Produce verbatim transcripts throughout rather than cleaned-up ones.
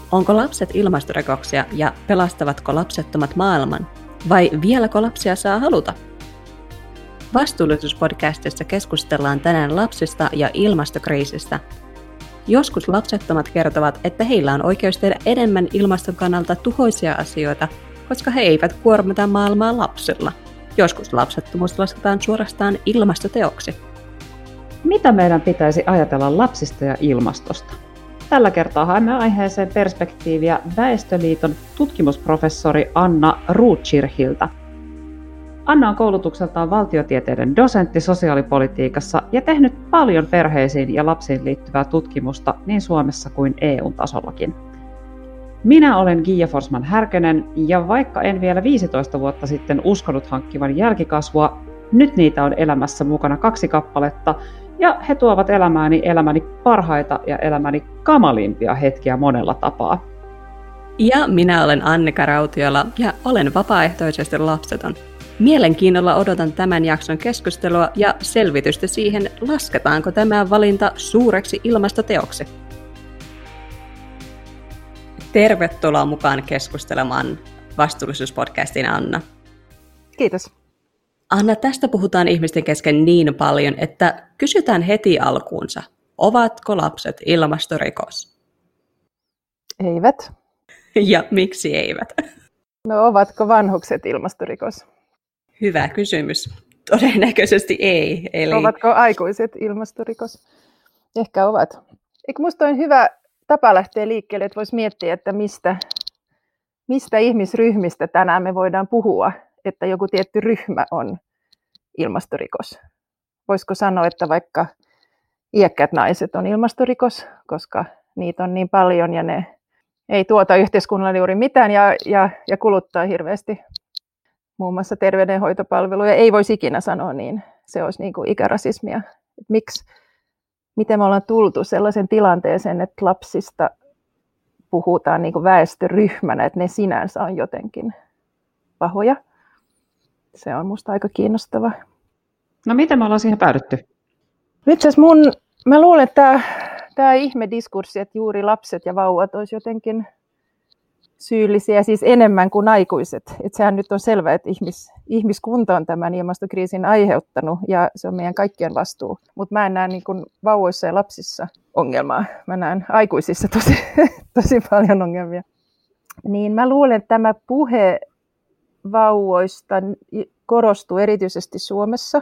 Onko lapset ilmastorikoksia ja pelastavatko lapsettomat maailman? Vai vieläkö lapsia saa haluta? Vastuullisuuspodcastissa keskustellaan tänään lapsista ja ilmastokriisistä. Joskus lapsettomat kertovat, että heillä on oikeus tehdä enemmän ilmaston kannalta tuhoisia asioita, koska he eivät kuormita maailmaa lapsilla. Joskus lapsettomuus lasketaan suorastaan ilmastoteoksi. Mitä meidän pitäisi ajatella lapsista ja ilmastosta? Tällä kertaa haemme aiheeseen perspektiiviä Väestöliiton tutkimusprofessori Anna Rotkirchiltä. Anna on koulutukseltaan valtiotieteiden dosentti sosiaalipolitiikassa ja tehnyt paljon perheisiin ja lapsiin liittyvää tutkimusta niin Suomessa kuin E U-tasollakin. Minä olen Gia Forsman-Härkönen ja vaikka en vielä viisitoista vuotta sitten uskonut hankkivan jälkikasvua, nyt niitä on elämässä mukana kaksi kappaletta ja he tuovat elämääni elämäni parhaita ja elämäni kamalimpia hetkiä monella tapaa. Ja minä olen Annika Rautiola ja olen vapaaehtoisesti lapseton. Mielenkiinnolla odotan tämän jakson keskustelua ja selvitystä siihen, lasketaanko tämä valinta suureksi ilmastoteoksi. Tervetuloa mukaan keskustelemaan Vastuullisuuspodcastin, Anna. Kiitos. Anna, tästä puhutaan ihmisten kesken niin paljon, että kysytään heti alkuunsa, ovatko lapset ilmastorikos? Eivät. Ja miksi eivät? No, ovatko vanhukset ilmastorikos? Hyvä kysymys. Todennäköisesti ei. Eli... Ovatko aikuiset ilmastorikos? Ehkä ovat. Eikö musta on hyvä tapa lähteä liikkeelle, että voisi miettiä, että mistä, mistä ihmisryhmistä tänään me voidaan puhua, että joku tietty ryhmä on ilmastorikos. Voisiko sanoa, että vaikka iäkkäät naiset on ilmastorikos, koska niitä on niin paljon ja ne ei tuota yhteiskunnalle juuri mitään ja, ja, ja kuluttaa hirveästi muun muassa terveydenhoitopalveluja. Ei voisi ikinä sanoa niin. Se olisi niin kuin ikärasismia. Et miksi, miten me ollaan tultu sellaisen tilanteeseen, että lapsista puhutaan niin kuin väestöryhmänä, että ne sinänsä on jotenkin pahoja. Se on musta aika kiinnostavaa. No miten me ollaan siihen päädytty? Itse asiassa mun, mä luulen, että tämä, tämä ihmediskurssi, että juuri lapset ja vauvat olisi jotenkin syyllisiä, siis enemmän kuin aikuiset. Että sehän nyt on selvää, että ihmis, ihmiskunta on tämän ilmastokriisin aiheuttanut ja se on meidän kaikkien vastuu. Mutta mä en näe niin kuin vauvoissa ja lapsissa ongelmaa. Mä näen aikuisissa tosi, tosi paljon ongelmia. Niin mä luulen, että tämä puhe vauvoista korostuu erityisesti Suomessa.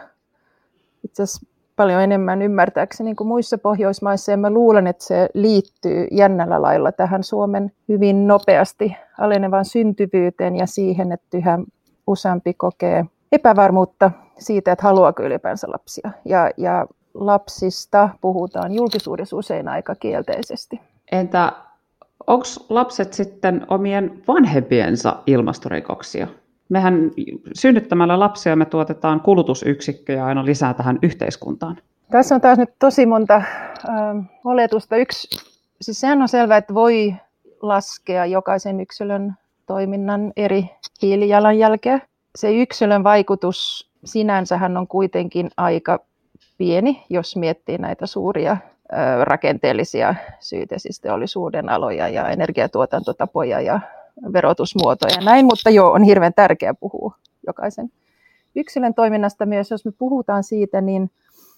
Itse asiassa paljon enemmän ymmärtääkseni kuin muissa Pohjoismaissa. Ja mä luulen, että se liittyy jännällä lailla tähän Suomen hyvin nopeasti alenevaan syntyvyyteen ja siihen, että yhä useampi kokee epävarmuutta siitä, että haluaako ylipäänsä lapsia. Ja, ja lapsista puhutaan julkisuudessa usein aika kielteisesti. Entä onko lapset sitten omien vanhempiensa ilmastorikoksia? Mehän synnyttämällä lapsia me tuotetaan kulutusyksikköjä aina lisää tähän yhteiskuntaan. Tässä on taas nyt tosi monta äh, oletusta. Yksi, siis sehän on selvää, että voi laskea jokaisen yksilön toiminnan eri hiilijalanjälkeä. Se yksilön vaikutus sinänsähän on kuitenkin aika pieni, jos miettii näitä suuria äh, rakenteellisia syitä, siis teollisuuden aloja ja energiatuotantotapoja ja verotusmuotoja ja näin, mutta joo, on hirveän tärkeää puhua jokaisen yksilön toiminnasta myös. Jos me puhutaan siitä, niin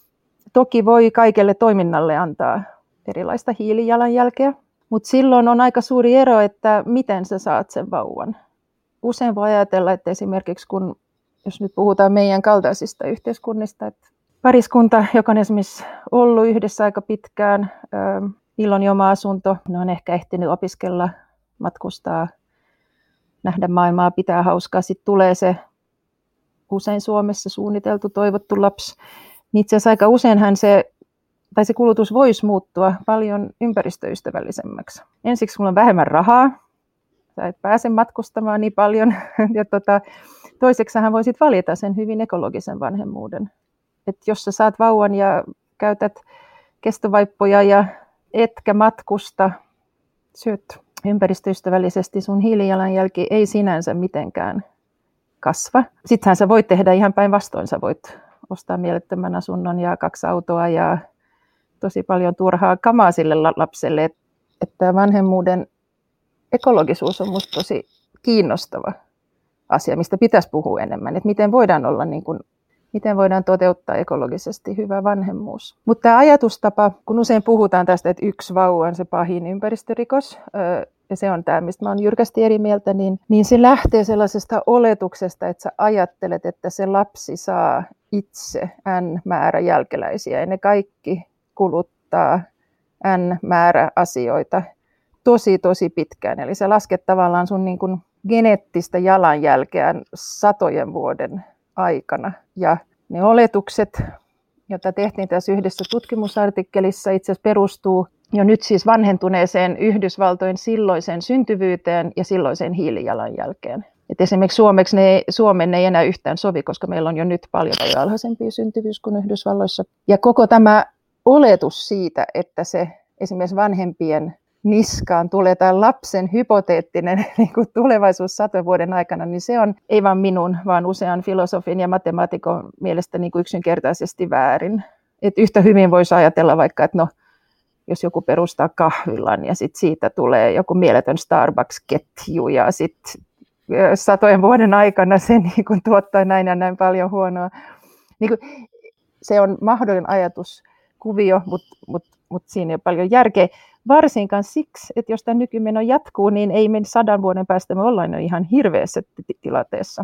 toki voi kaikelle toiminnalle antaa erilaista hiilijalanjälkeä, mutta silloin on aika suuri ero, että miten sä saat sen vauvan. Usein voi ajatella, että esimerkiksi kun, jos nyt puhutaan meidän kaltaisista yhteiskunnista, että pariskunta, joka on esimerkiksi ollut yhdessä aika pitkään, niillä on jo oma asunto, ne on ehkä ehtinyt opiskella, matkustaa, nähdä maailmaa, pitää hauskaa. Sitten tulee se usein Suomessa suunniteltu, toivottu lapsi. Niin itse asiassa aika useinhan se, tai se kulutus voisi muuttua paljon ympäristöystävällisemmäksi. Ensiksi sulla on vähemmän rahaa, sä et pääse matkustamaan niin paljon. Ja tota, toiseksi sähän voisit valita sen hyvin ekologisen vanhemmuuden. Et jos sä saat vauvan ja käytät kestovaippoja ja etkä matkusta, syöt ympäristöystävällisesti, sun hiilijalanjälki ei sinänsä mitenkään kasva. Sittenhän sä voit tehdä ihan päinvastoin. Sä voit ostaa mielettömän asunnon ja kaksi autoa ja tosi paljon turhaa kamaa sille lapselle. Että vanhemmuuden ekologisuus on musta tosi kiinnostava asia, mistä pitäisi puhua enemmän, että miten voidaan olla niin kuin, miten voidaan toteuttaa ekologisesti hyvä vanhemmuus. Mutta tämä ajatustapa, kun usein puhutaan tästä, että yksi vauva on se pahin ympäristörikos, ja se on tämä, mistä mä oon jyrkästi eri mieltä, niin, niin se lähtee sellaisesta oletuksesta, että sä ajattelet, että se lapsi saa itse N määrä jälkeläisiä, ja ne kaikki kuluttaa N määrä asioita tosi, tosi pitkään. Eli sä lasket tavallaan sun niin kuin geneettistä jalanjälkeä satojen vuoden aikana. Ja ne oletukset, joita tehtiin tässä yhdessä tutkimusartikkelissa, itse asiassa perustuu jo nyt siis vanhentuneeseen Yhdysvaltojen silloiseen syntyvyyteen ja silloiseen hiilijalanjälkeen. Et esimerkiksi Suomeksi ne, Suomen ei enää yhtään sovi, koska meillä on jo nyt paljon, paljon alhaisempi syntyvyys kuin Yhdysvalloissa. Ja koko tämä oletus siitä, että se esimerkiksi vanhempien niskaan tulee tämä lapsen hypoteettinen niin kuin tulevaisuus satojen vuoden aikana, niin se on ei vain minun, vaan usean filosofin ja matemaatikon mielestä niin kuin yksinkertaisesti väärin. Et yhtä hyvin voisi ajatella vaikka, että no, jos joku perustaa kahvilan ja sit siitä tulee joku mieletön Starbucks-ketju ja sitten satojen vuoden aikana se niin kuin tuottaa näin ja näin paljon huonoa. Niin kuin, se on mahdollinen ajatuskuvio, mutta mut, mut siinä ei ole paljon järkeä. Varsinkaan siksi, että jos tämä nykymeno jatkuu, niin ei me sadan vuoden päästä me ollaan jo ihan hirveässä tilanteessa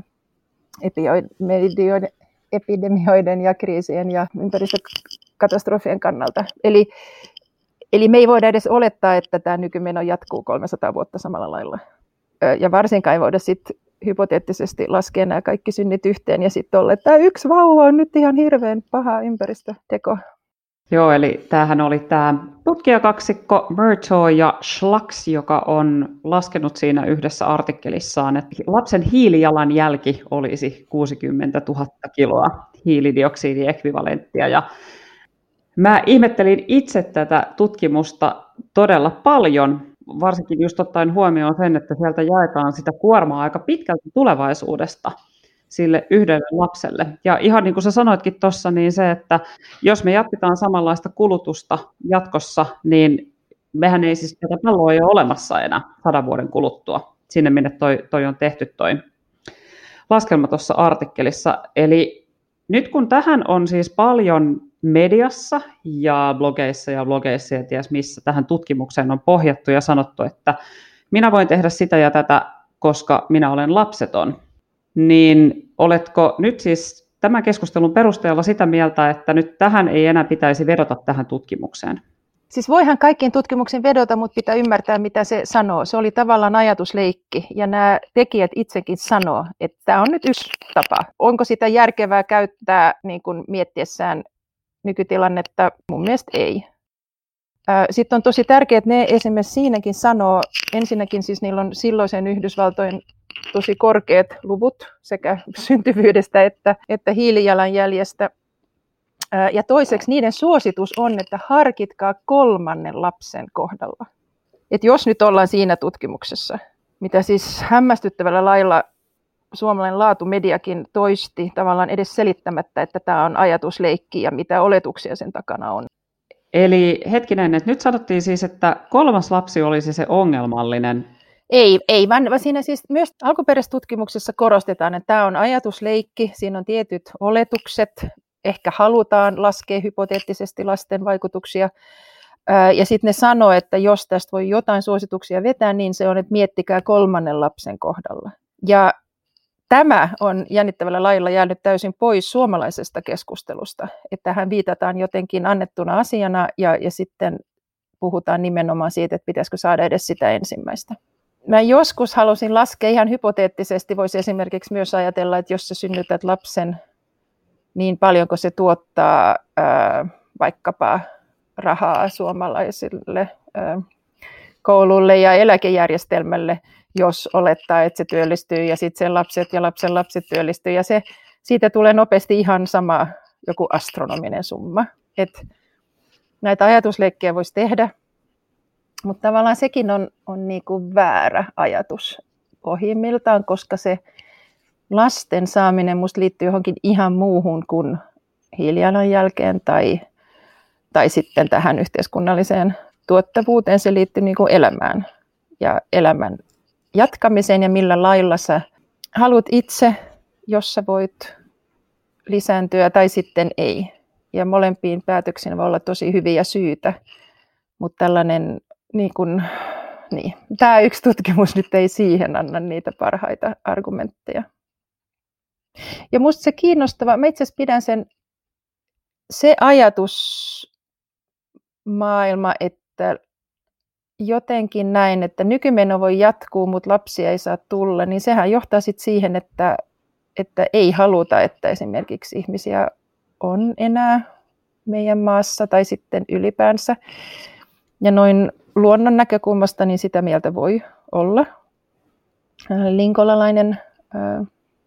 epidemioiden ja kriisien ja ympäristökatastrofien kannalta. Eli, eli me ei voida edes olettaa, että tämä nykymeno jatkuu kolmesataa vuotta samalla lailla. Ja varsinkaan ei voida sitten hypoteettisesti laskea nämä kaikki synnit yhteen ja sitten olla, että tämä yksi vauva on nyt ihan hirveän paha ympäristöteko. Joo, eli tämähän oli tämä tutkijakaksikko Murtaugh ja Schlax, joka on laskenut siinä yhdessä artikkelissaan, että lapsen hiilijalanjälki olisi kuusikymmentätuhatta kiloa hiilidioksidiekvivalenttia. Ja mä ihmettelin itse tätä tutkimusta todella paljon, varsinkin just ottaen huomioon sen, että sieltä jaetaan sitä kuormaa aika pitkälti tulevaisuudesta sille yhdelle lapselle. Ja ihan niin kuin sä sanoitkin tuossa, niin se, että jos me jatketaan samanlaista kulutusta jatkossa, niin mehän ei siis tätä palloa ei ole olemassa enää sadan vuoden kuluttua sinne, minne toi, toi on tehty toi laskelma tuossa artikkelissa. Eli nyt kun tähän on siis paljon mediassa ja blogeissa ja blogeissa ja ties missä tähän tutkimukseen on pohjattu ja sanottu, että minä voin tehdä sitä ja tätä, koska minä olen lapseton, niin oletko nyt siis tämän keskustelun perusteella sitä mieltä, että nyt tähän ei enää pitäisi vedota tähän tutkimukseen? Siis voihan kaikkiin tutkimuksiin vedota, mutta pitää ymmärtää, mitä se sanoo. Se oli tavallaan ajatusleikki, ja nämä tekijät itsekin sanoo, että tämä on nyt yksi tapa. Onko sitä järkevää käyttää niin kuin miettiessään nykytilannetta? Mun mielestä ei. Sitten on tosi tärkeää, että ne esimerkiksi siinäkin sanoo, ensinnäkin siis niillä on silloisen Yhdysvaltojen tosi korkeat luvut sekä syntyvyydestä että, että hiilijalanjäljestä. Ja toiseksi niiden suositus on, että harkitkaa kolmannen lapsen kohdalla. Et jos nyt ollaan siinä tutkimuksessa, mitä siis hämmästyttävällä lailla suomalainen laatumediakin toisti tavallaan edes selittämättä, että tämä on ajatusleikki ja mitä oletuksia sen takana on. Eli hetkinen, että nyt sanottiin siis, että kolmas lapsi olisi se ongelmallinen. Ei, ei vaan siinä siis myös alkuperäisessä tutkimuksessa korostetaan, että tämä on ajatusleikki, siinä on tietyt oletukset, ehkä halutaan laskea hypoteettisesti lasten vaikutuksia. Ja sitten ne sanoo, että jos tästä voi jotain suosituksia vetää, niin se on, että miettikää kolmannen lapsen kohdalla. Ja tämä on jännittävällä lailla jäänyt täysin pois suomalaisesta keskustelusta, että tähän viitataan jotenkin annettuna asiana ja, ja sitten puhutaan nimenomaan siitä, että pitäisikö saada edes sitä ensimmäistä. Mä joskus halusin laskea ihan hypoteettisesti, voisi esimerkiksi myös ajatella, että jos sä synnytät lapsen niin paljonko se tuottaa ää, vaikkapa rahaa suomalaisille ää, koululle ja eläkejärjestelmälle, jos olettaa, että se työllistyy ja sitten sen lapset ja lapsen lapset työllistyy. Ja se, siitä tulee nopeasti ihan sama joku astronominen summa. Et näitä ajatusleikkejä voisi tehdä, mutta tavallaan sekin on, on niinku väärä ajatus pohjimmiltaan, koska se lasten saaminen musta liittyy johonkin ihan muuhun kuin hiilijalanjälkeen tai, tai sitten tähän yhteiskunnalliseen tuottavuuteen. Se liittyy niin kuin elämään ja elämän jatkamiseen ja millä lailla sä haluat itse, jos sä voit lisääntyä tai sitten ei. Ja molempiin päätöksiin voi olla tosi hyviä syitä, mutta tällainen, niin kun, niin, tämä yksi tutkimus nyt ei siihen anna niitä parhaita argumentteja. Ja musta se kiinnostava, mä itse asiassa pidän sen, se ajatusmaailma, että jotenkin näin, että nykymeno voi jatkuu, mutta lapsia ei saa tulla, niin sehän johtaa sitten siihen, että, että ei haluta, että esimerkiksi ihmisiä on enää meidän maassa tai sitten ylipäänsä. Ja noin luonnon näkökulmasta niin sitä mieltä voi olla. Linkolalainen äh,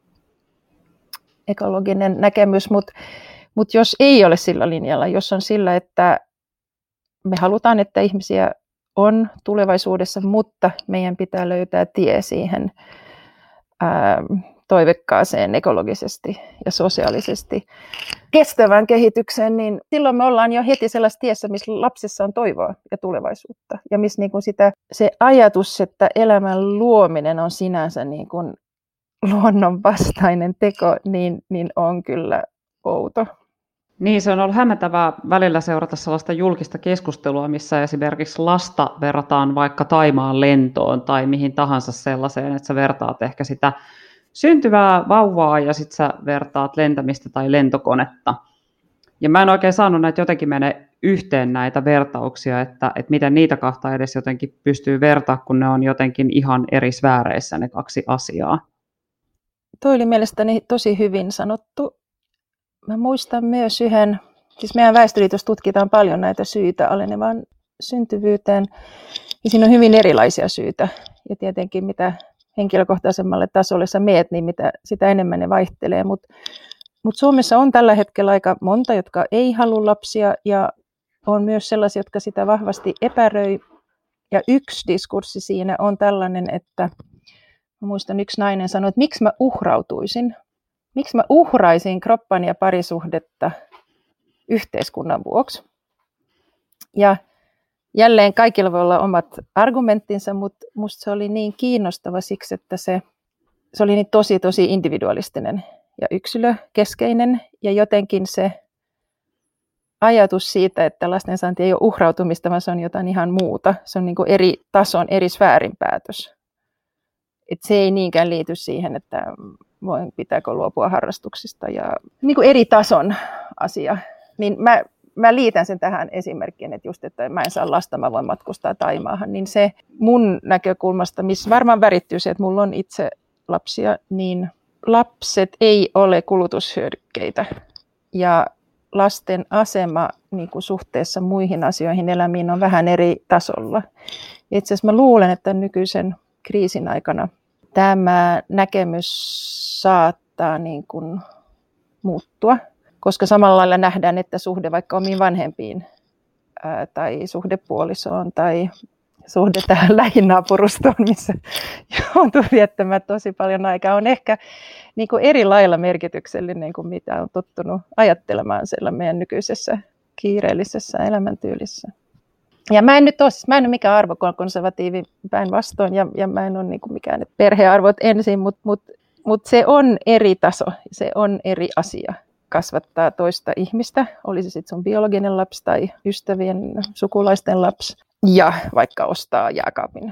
ekologinen näkemys, mutta mut jos ei ole sillä linjalla, jos on sillä, että me halutaan, että ihmisiä on tulevaisuudessa, mutta meidän pitää löytää tie siihen ää, toivekkaaseen ekologisesti ja sosiaalisesti kestävään kehitykseen, niin silloin me ollaan jo heti sellaisessa tiessä, missä lapsissa on toivoa ja tulevaisuutta. Ja missä niin kuin sitä, se ajatus, että elämän luominen on sinänsä niin kuin luonnonvastainen teko, niin, niin on kyllä outo. Niin, se on ollut hämmentävää välillä seurata sellaista julkista keskustelua, missä esimerkiksi lasta verrataan vaikka Taimaan lentoon tai mihin tahansa sellaiseen, että sä vertaat ehkä sitä syntyvää vauvaa ja sitten sä vertaat lentämistä tai lentokonetta. Ja mä en oikein saanut näitä jotenkin mene yhteen näitä vertauksia, että, että miten niitä kahta edes jotenkin pystyy vertaa, kun ne on jotenkin ihan eri sfääreissä ne kaksi asiaa. Toi oli mielestäni tosi hyvin sanottu. Mä muistan myös yhden, siis meidän Väestöliitossa tutkitaan paljon näitä syitä alenevaan syntyvyyteen, ja siinä on hyvin erilaisia syitä. Ja tietenkin mitä henkilökohtaisemmalle tasolle sä meet, niin mitä, sitä enemmän ne vaihtelee. Mutta mut Suomessa on tällä hetkellä aika monta, jotka ei halua lapsia, ja on myös sellaisia, jotka sitä vahvasti epäröi. Ja yksi diskurssi siinä on tällainen, että mä muistan yksi nainen sanoi, että miksi mä uhrautuisin. Miksi mä uhraisin kroppani ja parisuhdetta yhteiskunnan vuoksi? Ja jälleen kaikilla voi olla omat argumenttinsa, mutta musta se oli niin kiinnostava siksi, että se, se oli niin tosi, tosi individualistinen ja yksilökeskeinen. Ja jotenkin se ajatus siitä, että lastensaanti ei ole uhrautumista, vaan se on jotain ihan muuta. Se on niin kuin eri tason, eri sfäärin päätös. Et se ei niinkään liity siihen, että voin, pitääkö luopua harrastuksista ja niin kuin eri tason asia. Niin mä, mä liitän sen tähän esimerkkiin, että just, että mä en saa lasta, mä voin matkustaa Taimaahan. Niin se mun näkökulmasta, missä varmaan värittyy se, että mulla on itse lapsia, niin lapset ei ole kulutushyödykkeitä. Ja lasten asema niin kuin suhteessa muihin asioihin elämiin on vähän eri tasolla. Ja itse asiassa mä luulen, että nykyisen kriisin aikana tämä näkemys saattaa niin kuin muuttua, koska samalla lailla nähdään, että suhde vaikka omiin vanhempiin ää, tai suhde puolisoon tai suhde tähän lähinaapurustoon, missä joutuu viettämään tosi paljon aikaa, on ehkä niin kuin eri lailla merkityksellinen kuin mitä on tottunut ajattelemaan siellä meidän nykyisessä kiireellisessä elämäntyylissä. Ja mä en nyt ole, mä en ole mikään arvokonservatiivi päinvastoin, ja, ja mä en ole niin kuin mikään että perhearvot ensin, mutta mut, mut se on eri taso, se on eri asia kasvattaa toista ihmistä, oli se sitten sun biologinen lapsi tai ystävien, sukulaisten lapsi, ja vaikka ostaa jääkaapin.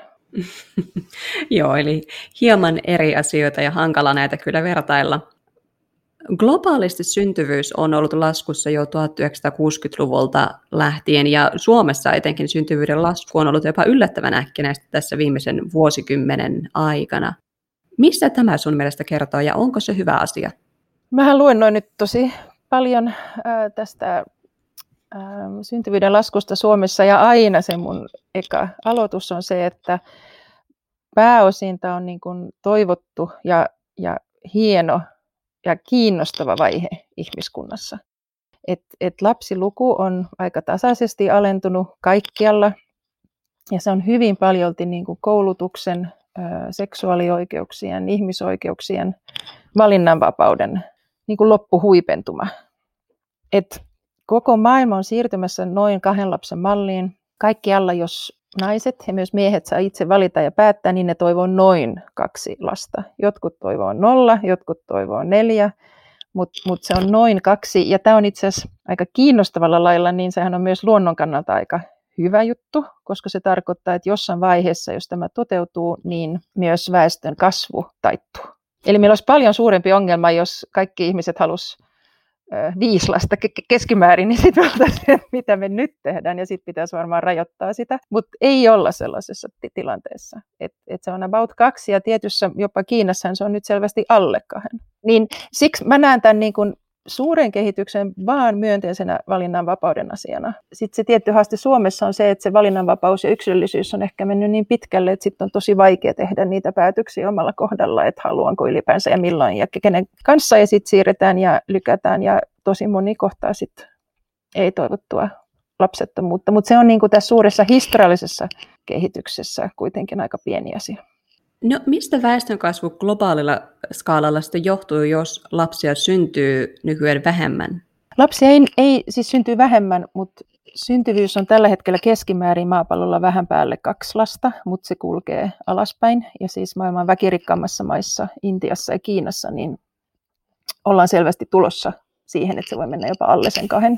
Joo, eli hieman eri asioita ja hankala näitä kyllä vertailla. Globaalisti syntyvyys on ollut laskussa jo tuhatyhdeksänsataakuusikymmentäluvulta lähtien, ja Suomessa etenkin syntyvyyden lasku on ollut jopa yllättävän äkkinäistä tässä viimeisen vuosikymmenen aikana. Mistä tämä sun mielestä kertoo, ja onko se hyvä asia? Mähän luennoin nyt tosi paljon äh, tästä äh, syntyvyyden laskusta Suomessa, ja aina se mun eka aloitus on se, että pääosin tämä on niin kuin toivottu ja, ja hieno ja kiinnostava vaihe ihmiskunnassa. Et, et lapsiluku on aika tasaisesti alentunut kaikkialla, ja se on hyvin paljolti niin kuin koulutuksen, seksuaalioikeuksien, ihmisoikeuksien, valinnanvapauden niin kuin loppuhuipentuma. Et koko maailma on siirtymässä noin kahden lapsen malliin. Kaikkialla, jos naiset ja myös miehet saa itse valita ja päättää, niin ne toivoo noin kaksi lasta. Jotkut toivoo nolla, jotkut toivoo neljä, mutta mut se on noin kaksi. Ja tämä on itse asiassa aika kiinnostavalla lailla, niin sehän on myös luonnon kannalta aika hyvä juttu, koska se tarkoittaa, että jossain vaiheessa, jos tämä toteutuu, niin myös väestön kasvu taittuu. Eli meillä olisi paljon suurempi ongelma, jos kaikki ihmiset haluaisivat viisi lasta keskimäärin, niin sitten oltaisiin, mitä me nyt tehdään, ja sitten pitäisi varmaan rajoittaa sitä. Mutta ei olla sellaisessa tilanteessa. Et, et se on about kaksi, ja tietyssä jopa Kiinassa se on nyt selvästi alle kahden. Niin siksi mä näen tämän niin kuin suuren kehityksen vaan myönteisenä valinnanvapauden asiana. Sitten se tietty haaste Suomessa on se, että se valinnanvapaus ja yksilöllisyys on ehkä mennyt niin pitkälle, että sitten on tosi vaikea tehdä niitä päätöksiä omalla kohdalla, että haluanko ylipäänsä ja milloin ja kenen kanssa, ja sitten siirretään ja lykätään, ja tosi moni kohtaa sitten ei toivottua lapsettomuutta. Mutta se on niin kuin tässä suuressa historiallisessa kehityksessä kuitenkin aika pieni asia. No mistä väestönkasvu globaalilla skaalalla sitten johtuu, jos lapsia syntyy nykyään vähemmän? Lapsia ei, ei siis syntyy vähemmän, mutta syntyvyys on tällä hetkellä keskimäärin maapallolla vähän päälle kaksi lasta, mutta se kulkee alaspäin. Ja siis maailman väkirikkaammassa maissa, Intiassa ja Kiinassa, niin ollaan selvästi tulossa siihen, että se voi mennä jopa alle sen kahden.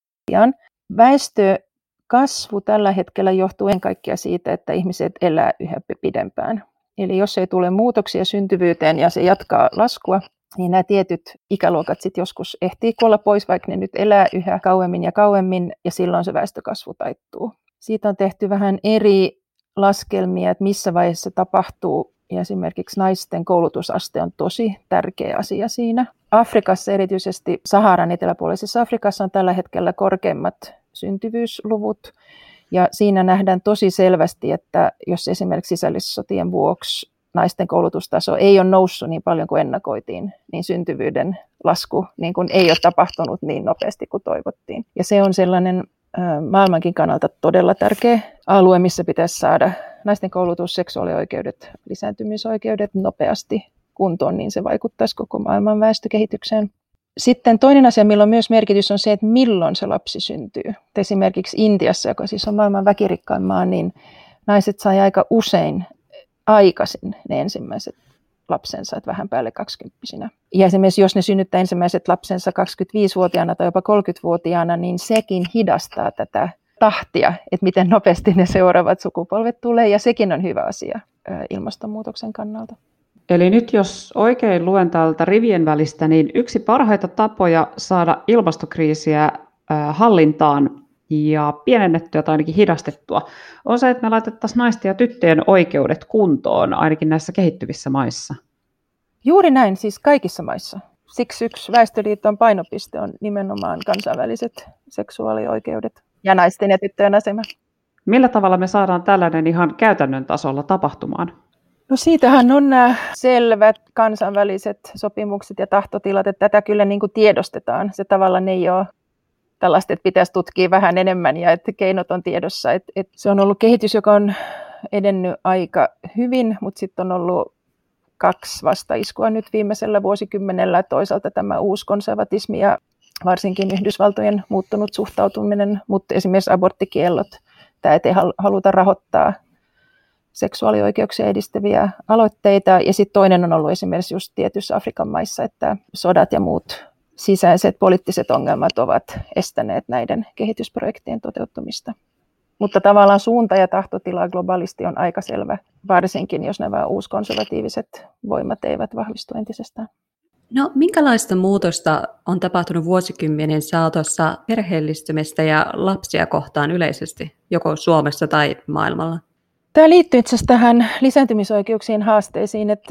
Väestökasvu tällä hetkellä johtuu ennen kaikkea siitä, että ihmiset elää yhä pidempään. Eli jos ei tule muutoksia syntyvyyteen ja se jatkaa laskua, niin nämä tietyt ikäluokat sitten joskus ehtii kuolla pois, vaikka ne nyt elää yhä kauemmin ja kauemmin, ja silloin se väestökasvu taittuu. Siitä on tehty vähän eri laskelmia, että missä vaiheessa se tapahtuu, ja esimerkiksi naisten koulutusaste on tosi tärkeä asia siinä. Afrikassa, erityisesti Saharan eteläpuolisessa Afrikassa, on tällä hetkellä korkeimmat syntyvyysluvut. Ja siinä nähdään tosi selvästi, että jos esimerkiksi sisällissotien vuoksi naisten koulutustaso ei ole noussut niin paljon kuin ennakoitiin, niin syntyvyyden lasku niin kuin ei ole tapahtunut niin nopeasti kuin toivottiin. Ja se on sellainen äh, maailmankin kannalta todella tärkeä alue, missä pitäisi saada naisten koulutus, seksuaalioikeudet, lisääntymisoikeudet nopeasti kuntoon, niin se vaikuttaisi koko maailman väestökehitykseen. Sitten toinen asia, millä on myös merkitys, on se, että milloin se lapsi syntyy. Esimerkiksi Intiassa, joka siis on maailman väkirikkain maa, niin naiset sai aika usein aikaisin ne ensimmäiset lapsensa, että vähän päälle kaksikymppisinä. Ja esimerkiksi jos ne synnyttää ensimmäiset lapsensa kaksikymmentäviisivuotiaana tai jopa kolmekymmentävuotiaana, niin sekin hidastaa tätä tahtia, että miten nopeasti ne seuraavat sukupolvet tulee, ja sekin on hyvä asia ilmastonmuutoksen kannalta. Eli nyt jos oikein luen täältä rivien välistä, niin yksi parhaita tapoja saada ilmastokriisiä hallintaan ja pienennettyä tai ainakin hidastettua on se, että me laitettaisiin naisten ja tyttöjen oikeudet kuntoon, ainakin näissä kehittyvissä maissa. Juuri näin, siis kaikissa maissa. Siksi yksi Väestöliiton painopiste on nimenomaan kansainväliset seksuaalioikeudet ja naisten ja tyttöjen asema. Millä tavalla me saadaan tällainen ihan käytännön tasolla tapahtumaan? No siitähän on nämä selvät kansainväliset sopimukset ja tahtotilat, että tätä kyllä niin kuin tiedostetaan. Se tavallaan ei ole tällaista, että pitäisi tutkia vähän enemmän ja että keinot on tiedossa. Että, että se on ollut kehitys, joka on edennyt aika hyvin, mutta sitten on ollut kaksi vastaiskua nyt viimeisellä vuosikymmenellä. Toisaalta tämä uuskonservatismi ja varsinkin Yhdysvaltojen muuttunut suhtautuminen, mutta esimerkiksi aborttikiellot, tämä, että ei haluta rahoittaa seksuaalioikeuksia edistäviä aloitteita. Ja sitten toinen on ollut esimerkiksi just tietyissä Afrikan maissa, että sodat ja muut sisäiset poliittiset ongelmat ovat estäneet näiden kehitysprojektien toteuttamista. Mutta tavallaan suunta ja tahtotila globaalisti on aika selvä, varsinkin jos nämä uuskonservatiiviset voimat eivät vahvistu entisestään. No, minkälaista muutosta on tapahtunut vuosikymmenien saatossa perheellistymistä ja lapsia kohtaan yleisesti, joko Suomessa tai maailmalla? Tämä liittyy itse asiassa tähän lisääntymisoikeuksien haasteisiin, että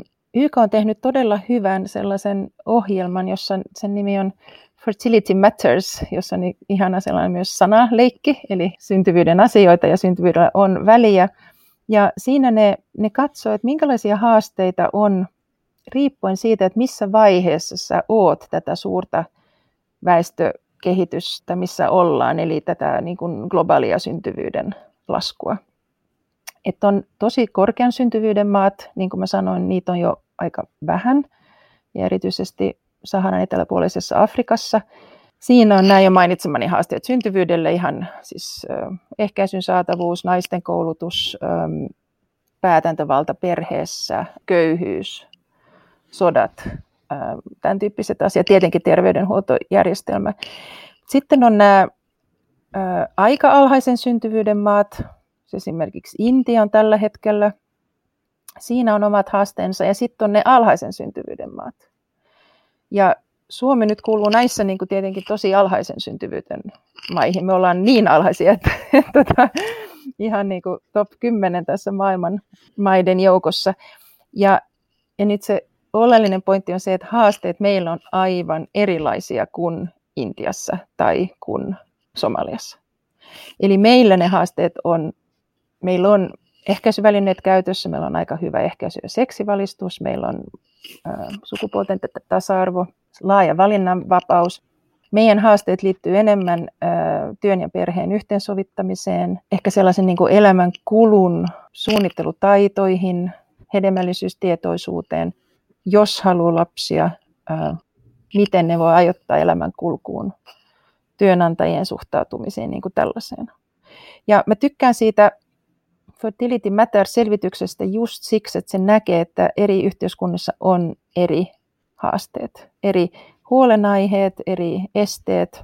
Y K on tehnyt todella hyvän sellaisen ohjelman, jossa sen nimi on Fertility Matters, jossa on ihana sellainen myös sanaleikki, eli syntyvyyden asioita ja syntyvyydellä on väliä. Ja siinä ne, ne katsoo, että minkälaisia haasteita on riippuen siitä, että missä vaiheessa sä oot tätä suurta väestökehitystä, missä ollaan, eli tätä niin kuin globaalia syntyvyyden laskua. Että on tosi korkean syntyvyyden maat, niin kuin mä sanoin, niitä on jo aika vähän, ja erityisesti Saharan eteläpuolisessa Afrikassa. Siinä on nämä jo mainitsemani haasteet syntyvyydelle, ihan siis äh, ehkäisyn saatavuus, naisten koulutus, ähm, päätäntövalta perheessä, köyhyys, sodat, äh, tämän tyyppiset asiat, tietenkin terveydenhuoltojärjestelmä. Sitten on nämä äh, aika alhaisen syntyvyyden maat, esimerkiksi Intia on tällä hetkellä, siinä on omat haasteensa, ja sitten on ne alhaisen syntyvyyden maat. Ja Suomi nyt kuuluu näissä niin kuin tietenkin tosi alhaisen syntyvyyden maihin. Me ollaan niin alhaisia, että, että, että ihan niin kuin top kymmenen tässä maailman maiden joukossa. Ja, ja nyt se oleellinen pointti on se, että haasteet meillä on aivan erilaisia kuin Intiassa tai kuin Somaliassa. Eli meillä ne haasteet on, meillä on ehkäisyvälineet käytössä, meillä on aika hyvä ehkäisy- ja seksivalistus, meillä on äh, sukupuolten tasa-arvo, laaja valinnanvapaus. Meidän haasteet liittyy enemmän äh, työn ja perheen yhteensovittamiseen, ehkä sellaisen niin kuin elämän kulun suunnittelutaitoihin, hedelmällisyystietoisuuteen, jos haluaa lapsia, äh, miten ne voi ajoittaa elämän kulkuun, työnantajien suhtautumiseen, niin kuin tällaiseen. Ja mä tykkään siitä Fertility Matters-selvityksestä just siksi, että se näkee, että eri yhteiskunnissa on eri haasteet, eri huolenaiheet, eri esteet,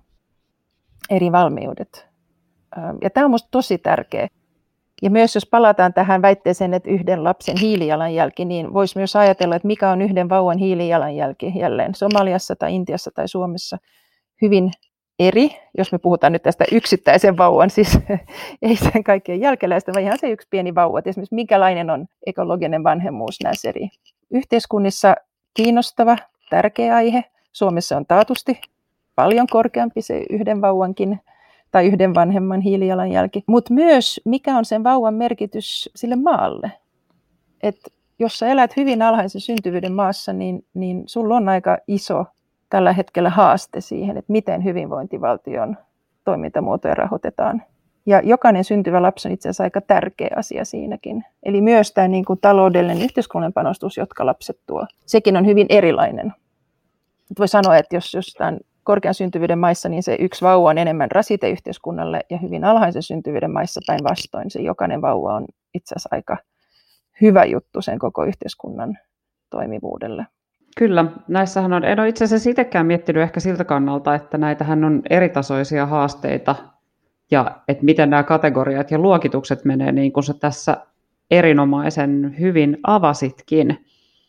eri valmiudet. Ja tämä on minusta tosi tärkeä. Ja myös jos palataan tähän väitteeseen, että yhden lapsen hiilijalanjälki, niin voisi myös ajatella, että mikä on yhden vauvan hiilijalanjälki jälleen Somaliassa tai Intiassa tai Suomessa hyvin eri, jos me puhutaan nyt tästä yksittäisen vauvan, siis ei sen kaikkien jälkeläistä, vaan ihan se yksi pieni vauva. Et esimerkiksi minkälainen on ekologinen vanhemmuus näissä eri yhteiskunnissa. Kiinnostava, tärkeä aihe. Suomessa on taatusti paljon korkeampi se yhden vauvankin tai yhden vanhemman hiilijalanjälki. Mutta myös mikä on sen vauvan merkitys sille maalle. Et jos sä elät hyvin alhaisen syntyvyyden maassa, niin, niin sulla on aika iso tällä hetkellä haaste siihen, että miten hyvinvointivaltion toimintamuotoja rahoitetaan. Ja jokainen syntyvä lapsi on itse asiassa aika tärkeä asia siinäkin. Eli myös tämä niin kuin taloudellinen yhteiskunnan panostus, jotka lapset tuo, sekin on hyvin erilainen. Voi sanoa, että jos jostain korkean syntyvyyden maissa, niin se yksi vauva on enemmän rasite yhteiskunnalle, ja hyvin alhaisen syntyvyyden maissa päinvastoin se jokainen vauva on itse asiassa aika hyvä juttu sen koko yhteiskunnan toimivuudelle. Kyllä, näissähän on, en ole itse asiassa itsekään miettinyt ehkä siltä kannalta, että näitähän on eritasoisia haasteita ja että miten nämä kategoriat ja luokitukset menee niin kuin sä tässä erinomaisen hyvin avasitkin.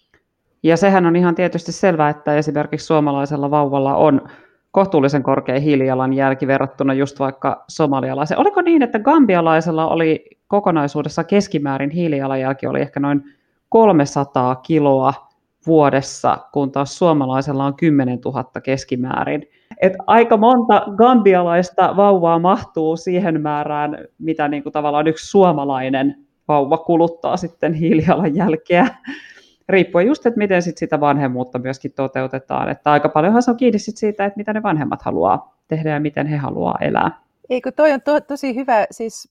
Ja sehän on ihan tietysti selvää, että esimerkiksi suomalaisella vauvalla on kohtuullisen korkea hiilijalanjälki verrattuna just vaikka somalialaisen. Oliko niin, että gambialaisella oli kokonaisuudessa keskimäärin hiilijalanjälki oli ehkä noin kolmesataa kiloa vuodessa, kun taas suomalaisella on kymmenen tuhatta keskimäärin. Et aika monta gambialaista vauvaa mahtuu siihen määrään, mitä niinku tavallaan yksi suomalainen vauva kuluttaa sitten hiilijalanjälkeä. Riippuen just, että miten sit sitä vanhemmuutta myöskin toteutetaan. Että aika paljonhan se on kiinni sit siitä, että mitä ne vanhemmat haluaa tehdä ja miten he haluaa elää. Eikö toi on to- tosi hyvä, siis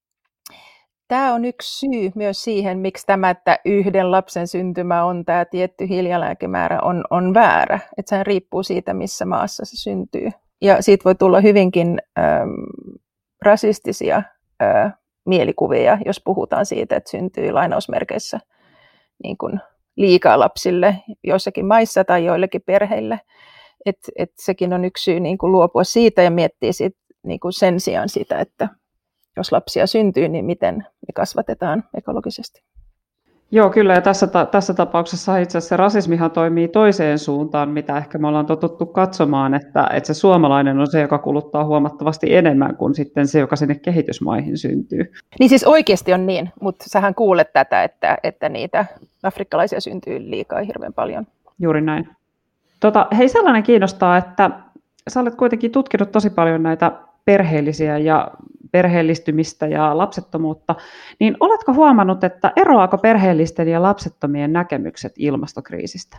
tämä on yksi syy myös siihen, miksi tämä, että yhden lapsen syntymä on tämä tietty hiilijalanjälkimäärä on, on väärä. Että sehän riippuu siitä, missä maassa se syntyy. Ja siitä voi tulla hyvinkin äm, rasistisia ä, mielikuvia, jos puhutaan siitä, että syntyy lainausmerkeissä niin kuin liikaa lapsille joissakin maissa tai joillekin perheille. Et, et sekin on yksi syy niin kuin luopua siitä ja miettiä sit, niin kuin sen sijaan sitä, että jos lapsia syntyy, niin miten ne kasvatetaan ekologisesti. Joo, kyllä. Ja tässä, ta- tässä tapauksessa itse asiassa rasismihan toimii toiseen suuntaan, mitä ehkä me ollaan totuttu katsomaan, että, että se suomalainen on se, joka kuluttaa huomattavasti enemmän kuin sitten se, joka sinne kehitysmaihin syntyy. Niin siis oikeasti on niin, mutta sähän kuulet tätä, että, että niitä afrikkalaisia syntyy liikaa hirveän paljon. Juuri näin. Tota, hei, sellainen kiinnostaa, että sä olet kuitenkin tutkinut tosi paljon näitä perheellisiä ja perheellistymistä ja lapsettomuutta, niin oletko huomannut, että eroaako perheellisten ja lapsettomien näkemykset ilmastokriisistä?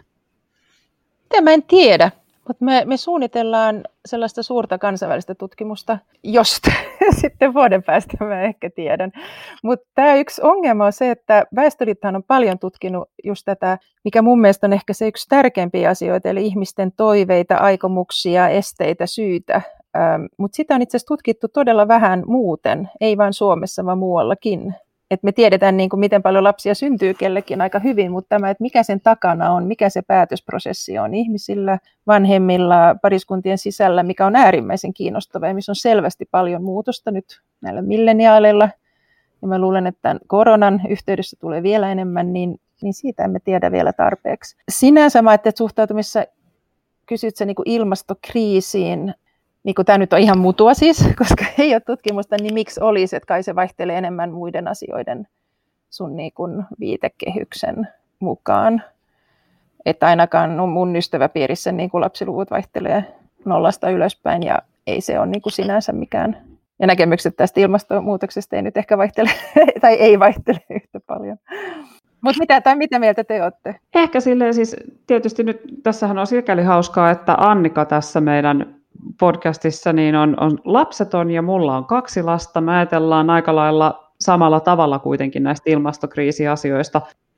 Mä en tiedä, mutta me, me suunnitellaan sellaista suurta kansainvälistä tutkimusta, josta sitten vuoden päästä mä ehkä tiedän. Mutta tämä yksi ongelma on se, että Väestöliittohan on paljon tutkinut just tätä, mikä mun mielestä on ehkä se yksi tärkeimpiä asioita, eli ihmisten toiveita, aikomuksia, esteitä, syitä. Ähm, Mutta sitä on itse asiassa tutkittu todella vähän muuten, ei vain Suomessa, vaan muuallakin. Et me tiedetään, niin kuin, miten paljon lapsia syntyy kellekin aika hyvin, mutta tämä, että mikä sen takana on, mikä se päätösprosessi on ihmisillä, vanhemmilla, pariskuntien sisällä, mikä on äärimmäisen kiinnostavaa ja missä on selvästi paljon muutosta nyt näillä milleniaaleilla. Ja mä luulen, että tämän koronan yhteydessä tulee vielä enemmän, niin, niin siitä emme tiedä vielä tarpeeksi. Sinänsä mä ajattelin, että suhtautumissa kysyt sä niin kuin ilmastokriisiin, niin kuin tämä nyt on ihan mutua siis, koska ei ole tutkimusta, niin miksi olisi, että kai se vaihtelee enemmän muiden asioiden sun niin kuin viitekehyksen mukaan. Että ainakaan mun ystäväpiirissä niin kuin lapsiluvut vaihtelee nollasta ylöspäin ja ei se ole niin kuin sinänsä mikään. Ja näkemykset tästä ilmastonmuutoksesta ei nyt ehkä vaihtele, tai ei vaihtele yhtä paljon. Mutta mitä, tai mitä mieltä te olette? Ehkä silleen siis, tietysti nyt tässähän on sikäli hauskaa, että Annika tässä meidän podcastissa niin on, on lapseton ja mulla on kaksi lasta. Me ajatellaan aika lailla samalla tavalla kuitenkin näistä ilmastokriisiasioista.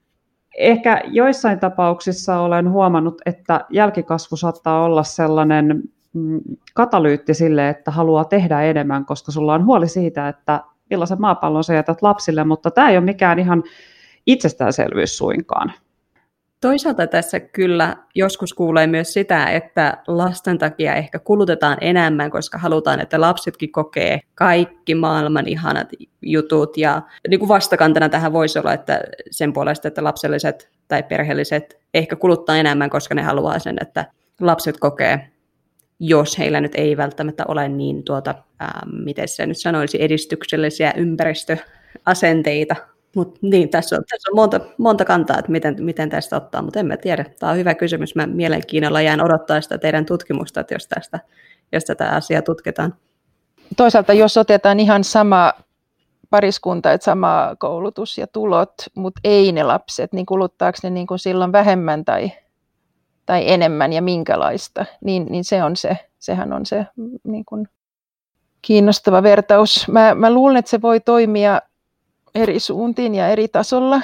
Ehkä joissain tapauksissa olen huomannut, että jälkikasvu saattaa olla sellainen mm, katalyytti sille, että haluaa tehdä enemmän, koska sulla on huoli siitä, että millaisen maapallon sä jätät lapsille, mutta tämä ei ole mikään ihan itsestäänselvyys suinkaan. Toisaalta tässä kyllä joskus kuulee myös sitä, että lasten takia ehkä kulutetaan enemmän, koska halutaan, että lapsetkin kokee kaikki maailman ihanat jutut. Ja niin kuin vastakantana tähän voisi olla, että sen puolesta, että lapselliset tai perheelliset ehkä kuluttaa enemmän, koska ne haluaa sen, että lapset kokee, jos heillä nyt ei välttämättä ole niin, tuota, ää, miten se nyt sanoisi, edistyksellisiä ympäristöasenteita. Mut niin, tässä on, tässä on monta, monta kantaa, että miten, miten tästä ottaa, mutta en mä tiedä. Tämä on hyvä kysymys. Mä mielenkiinnolla jään odottaa sitä teidän tutkimusta, että jos, tästä, jos tätä asiaa tutkitaan. Toisaalta jos otetaan ihan sama pariskunta, että sama koulutus ja tulot, mutta ei ne lapset, niin kuluttaako ne niin kuin silloin vähemmän tai, tai enemmän ja minkälaista, niin, niin se on se, sehän on se niin kuin kiinnostava vertaus. Mä, mä luulen, että se voi toimia eri suuntiin ja eri tasolla.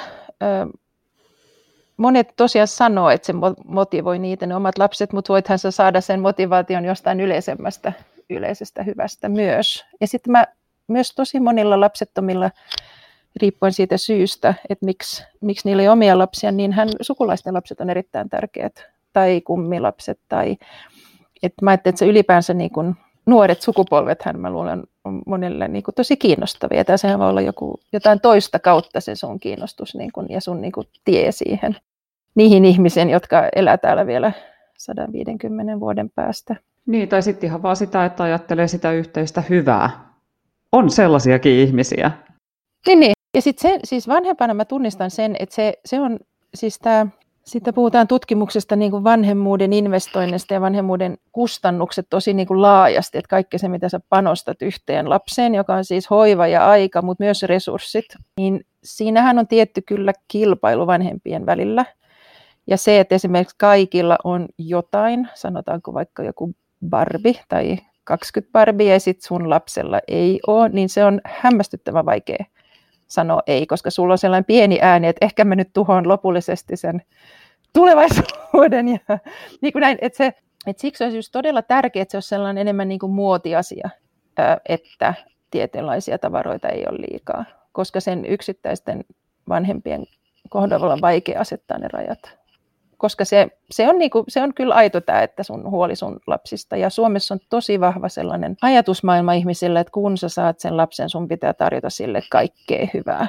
Monet tosiaan sanoo, että se motivoi niitä ne omat lapset, mutta voithan sä saada sen motivaation jostain yleisemmästä, yleisestä hyvästä myös. Ja sitten mä myös tosi monilla lapsettomilla, riippuen siitä syystä, että miksi, miksi niillä ei ole omia lapsia, niin hän, sukulaisten lapset on erittäin tärkeät. Tai kummilapset. Tai, että mä ajattelin, että se ylipäänsä niin kuin nuoret sukupolvethan mä luulen on monelle niin kuin tosi kiinnostavia. Tai sehän voi olla joku, jotain toista kautta se sun kiinnostus niin kuin, ja sun niin kuin tie siihen. Niihin ihmisiin, jotka elää täällä vielä sata viisikymmentä vuoden päästä. Niin, tai sitten ihan vaan sitä, että ajattelee sitä yhteistä hyvää. On sellaisiakin ihmisiä. Niin, niin. Ja sitten siis vanhempana mä tunnistan sen, että se, se on siis tämä, sitten puhutaan tutkimuksesta niin kuin vanhemmuuden investoinnista ja vanhemmuuden kustannukset tosi niin kuin laajasti, että kaikki se, mitä sä panostat yhteen lapseen, joka on siis hoiva ja aika, mutta myös resurssit, niin siinähän on tietty kyllä kilpailu vanhempien välillä. Ja se, että esimerkiksi kaikilla on jotain, sanotaanko vaikka joku Barbie tai kaksikymmentä Barbie ja sitten sun lapsella ei ole, niin se on hämmästyttävän vaikea sanoa ei, koska sulla on sellainen pieni ääni, että ehkä mä nyt tuhoan lopullisesti sen tulevaisuuden. Ja, niin kuin näin, että se, että siksi olisi just todella tärkeää, että se olisi sellainen enemmän niin kuin muotiasia, että tietynlaisia tavaroita ei ole liikaa, koska sen yksittäisten vanhempien kohdalla on vaikea asettaa ne rajat. Koska se, se, on niinku, se on kyllä aito tämä, että sun huoli sun lapsista. Ja Suomessa on tosi vahva sellainen ajatusmaailma ihmisille, että kun sä saat sen lapsen, sun pitää tarjota sille kaikkea hyvää.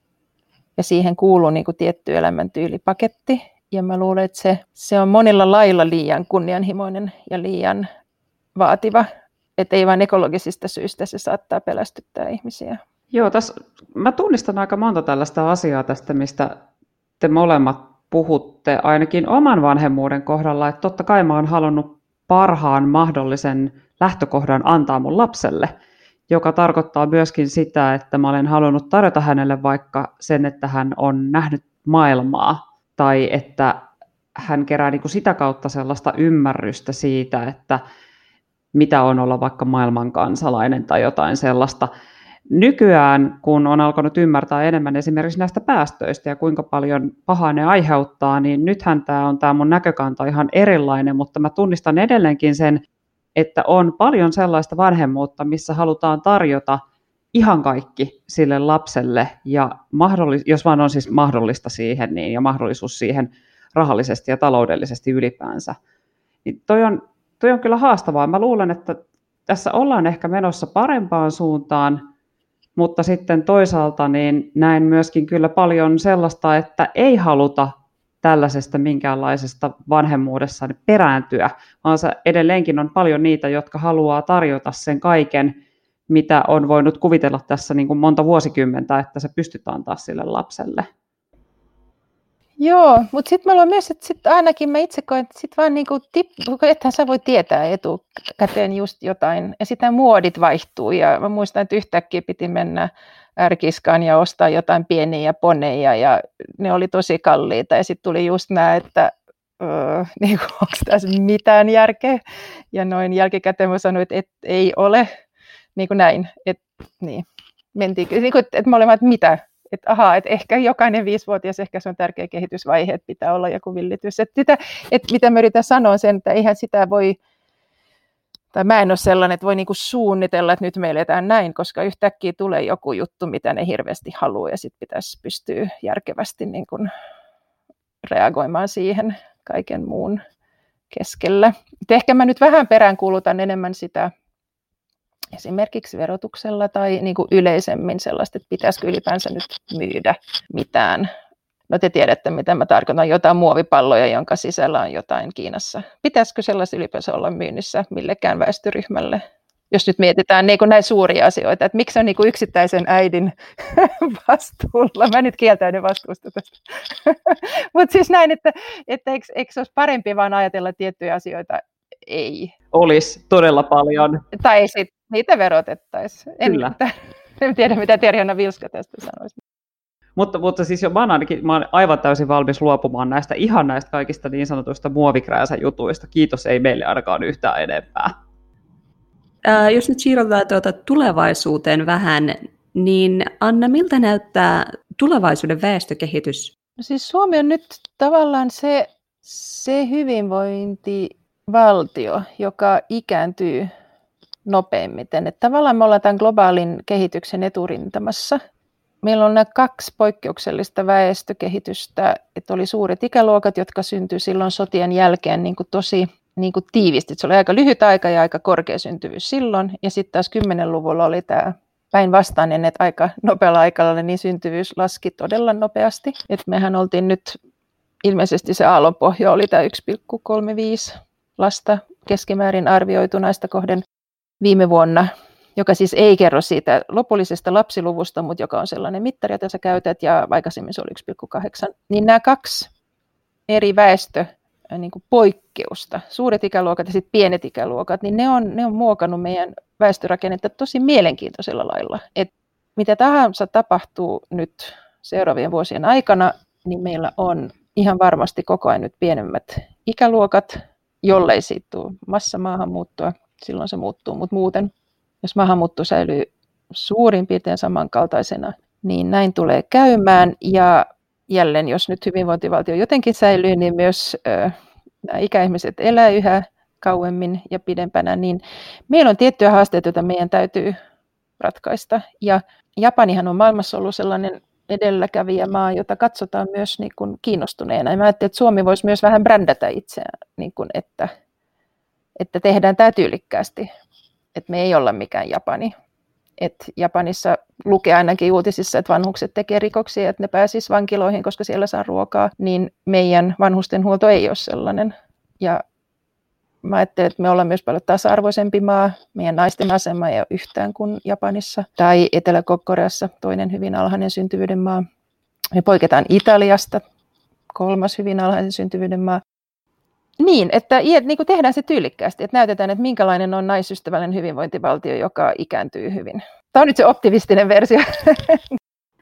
Ja siihen kuuluu niinku tietty elämäntyylipaketti. Ja mä luulen, että se, se on monilla lailla liian kunnianhimoinen ja liian vaativa. Että ei vain ekologisista syistä se saattaa pelästyttää ihmisiä. Joo, tässä, mä tunnistan aika monta tällaista asiaa tästä, mistä te molemmat puhutte ainakin oman vanhemmuuden kohdalla, että totta kai mä oon halunnut parhaan mahdollisen lähtökohdan antaa mun lapselle, joka tarkoittaa myöskin sitä, että mä olen halunnut tarjota hänelle vaikka sen, että hän on nähnyt maailmaa tai että hän kerää niin kuin sitä kautta sellaista ymmärrystä siitä, että mitä on olla vaikka maailman kansalainen tai jotain sellaista. Nykyään, kun on alkanut ymmärtää enemmän esimerkiksi näistä päästöistä ja kuinka paljon pahaa ne aiheuttaa, niin nythän tämä on tämä mun näkökanta ihan erilainen, mutta mä tunnistan edelleenkin sen, että on paljon sellaista vanhemmuutta, missä halutaan tarjota ihan kaikki sille lapselle, ja mahdollis- jos vaan on siis mahdollista siihen, niin, ja mahdollisuus siihen rahallisesti ja taloudellisesti ylipäänsä. Niin toi on, toi on kyllä haastavaa. Mä luulen, että tässä ollaan ehkä menossa parempaan suuntaan, mutta sitten toisaalta niin näen myöskin kyllä paljon sellaista, että ei haluta tällaisesta minkäänlaisesta vanhemmuudessa perääntyä, vaan se edelleenkin on paljon niitä, jotka haluaa tarjota sen kaiken, mitä on voinut kuvitella tässä niin kuin monta vuosikymmentä, että se pystytään taas sille lapselle. Joo, mutta sitten mä luulen myös, että sit ainakin mä itse koen, että sit vaan niinku tip- ethän sä voi tietää etukäteen just jotain, ja sitten muodit vaihtuu, ja mä muistan, että yhtäkkiä piti mennä ärkiskaan ja ostaa jotain pieniä poneja, ja ne oli tosi kalliita, ja sitten tuli just nämä, että öö, niinku, onko tässä mitään järkeä, ja noin jälkikäteen mä sanoin, että et, ei ole, niin kuin näin, että niin, mentiin, niin kuin, että mä olin vaan, että mitä, että ahaa, että ehkä jokainen viisivuotias, ehkä se on tärkeä kehitysvaihe, että pitää olla joku villitys. Että, sitä, että mitä mä yritän sanoa sen, että eihän sitä voi, tai mä en ole sellainen, että voi niinku suunnitella, että nyt me eletään näin, koska yhtäkkiä tulee joku juttu, mitä ne hirveästi haluaa, ja sitten pitäisi pystyä järkevästi niin kuin reagoimaan siihen kaiken muun keskellä. Et ehkä mä nyt vähän peräänkuulutan enemmän sitä, esimerkiksi verotuksella tai niin kuin yleisemmin sellaista, että pitäisikö ylipäänsä nyt myydä mitään. No te tiedätte, mitä mä tarkoitan, jotain muovipalloja, jonka sisällä on jotain Kiinassa. Pitäisikö sellaista ylipäänsä olla myynnissä millekään väestöryhmälle? Jos nyt mietitään niin kuin näitä suuria asioita, että miksi on niin kuin yksittäisen äidin vastuulla. Mä nyt kieltäydyn vastuusta tästä. Mutta siis näin, että, että eikö, eikö se olisi parempi vaan ajatella tiettyjä asioita? Ei. Olisi todella paljon. Tai sitten niitä verotettaisiin. En, en tiedä, mitä Terjana Vilska tästä sanoisi. Mutta, mutta siis jo, mä, ainakin, mä olen aivan täysin valmis luopumaan näistä ihan näistä kaikista niin sanotuista muovikrääsäjutuista. Kiitos, ei meille ainakaan yhtään enempää. Ää, jos nyt siirrytään tuota tulevaisuuteen vähän, niin Anna, miltä näyttää tulevaisuuden väestökehitys? No siis Suomi on nyt tavallaan se, se hyvinvointivaltio, joka ikääntyy nopeimmiten. Että tavallaan me ollaan tämän globaalin kehityksen eturintamassa. Meillä on nämä kaksi poikkeuksellista väestökehitystä, että oli suuret ikäluokat, jotka syntyi silloin sotien jälkeen niin kuin tosi niin kuin tiivisti. Se oli aika lyhyt aika ja aika korkea syntyvyys silloin. Ja sitten taas kymmenluvulla oli tämä päinvastainen, että aika nopealla aikalla niin syntyvyys laski todella nopeasti. Et mehän oltiin nyt, ilmeisesti se aallonpohja oli tämä yksi pilkku kolmekymmentäviisi lasta keskimäärin arvioitu naista kohden viime vuonna, joka siis ei kerro siitä lopullisesta lapsiluvusta, mutta joka on sellainen mittari, jota sä käytät, ja aikaisemmin se oli yksi pilkku kahdeksan. Niin nämä kaksi eri väestö niin kuin poikkeusta, suuret ikäluokat ja sitten pienet ikäluokat, niin ne on, ne on muokannut meidän väestörakennetta tosi mielenkiintoisella lailla. Et mitä tahansa tapahtuu nyt seuraavien vuosien aikana, niin meillä on ihan varmasti koko ajan nyt pienemmät ikäluokat, jollei siitä tule massamaahanmuuttoa, silloin se muuttuu, mutta muuten, jos maahanmuutto säilyy suurin piirtein samankaltaisena, niin näin tulee käymään. Ja jälleen, jos nyt hyvinvointivaltio jotenkin säilyy, niin myös ö, ikäihmiset elää yhä kauemmin ja pidempänä, niin meillä on tiettyjä haasteita, joita meidän täytyy ratkaista. Ja Japanihan on maailmassa ollut sellainen edelläkävijämaa, jota katsotaan myös niin kuin kiinnostuneena. Ja mä ajattelin, että Suomi voisi myös vähän brändätä itseään, niin kuin että, että tehdään tämä tyylikkäästi, että me ei olla mikään Japani. Et Japanissa lukee ainakin uutisissa, että vanhukset tekee rikoksia, että ne pääsisivät vankiloihin, koska siellä saa ruokaa, niin meidän vanhustenhuolto ei ole sellainen. Ja mä ajattelen, että me ollaan myös paljon tasa-arvoisempi maa, meidän naisten asema ei ole yhtään kuin Japanissa tai Etelä-Koreassa, toinen hyvin alhainen syntyvyyden maa. Me poiketaan Italiasta, kolmas hyvin alhainen syntyvyyden maa. Niin, että niin kuin tehdään se tyylikkäästi, että näytetään, että minkälainen on naisystävällinen hyvinvointivaltio, joka ikääntyy hyvin. Tämä on nyt se optimistinen versio.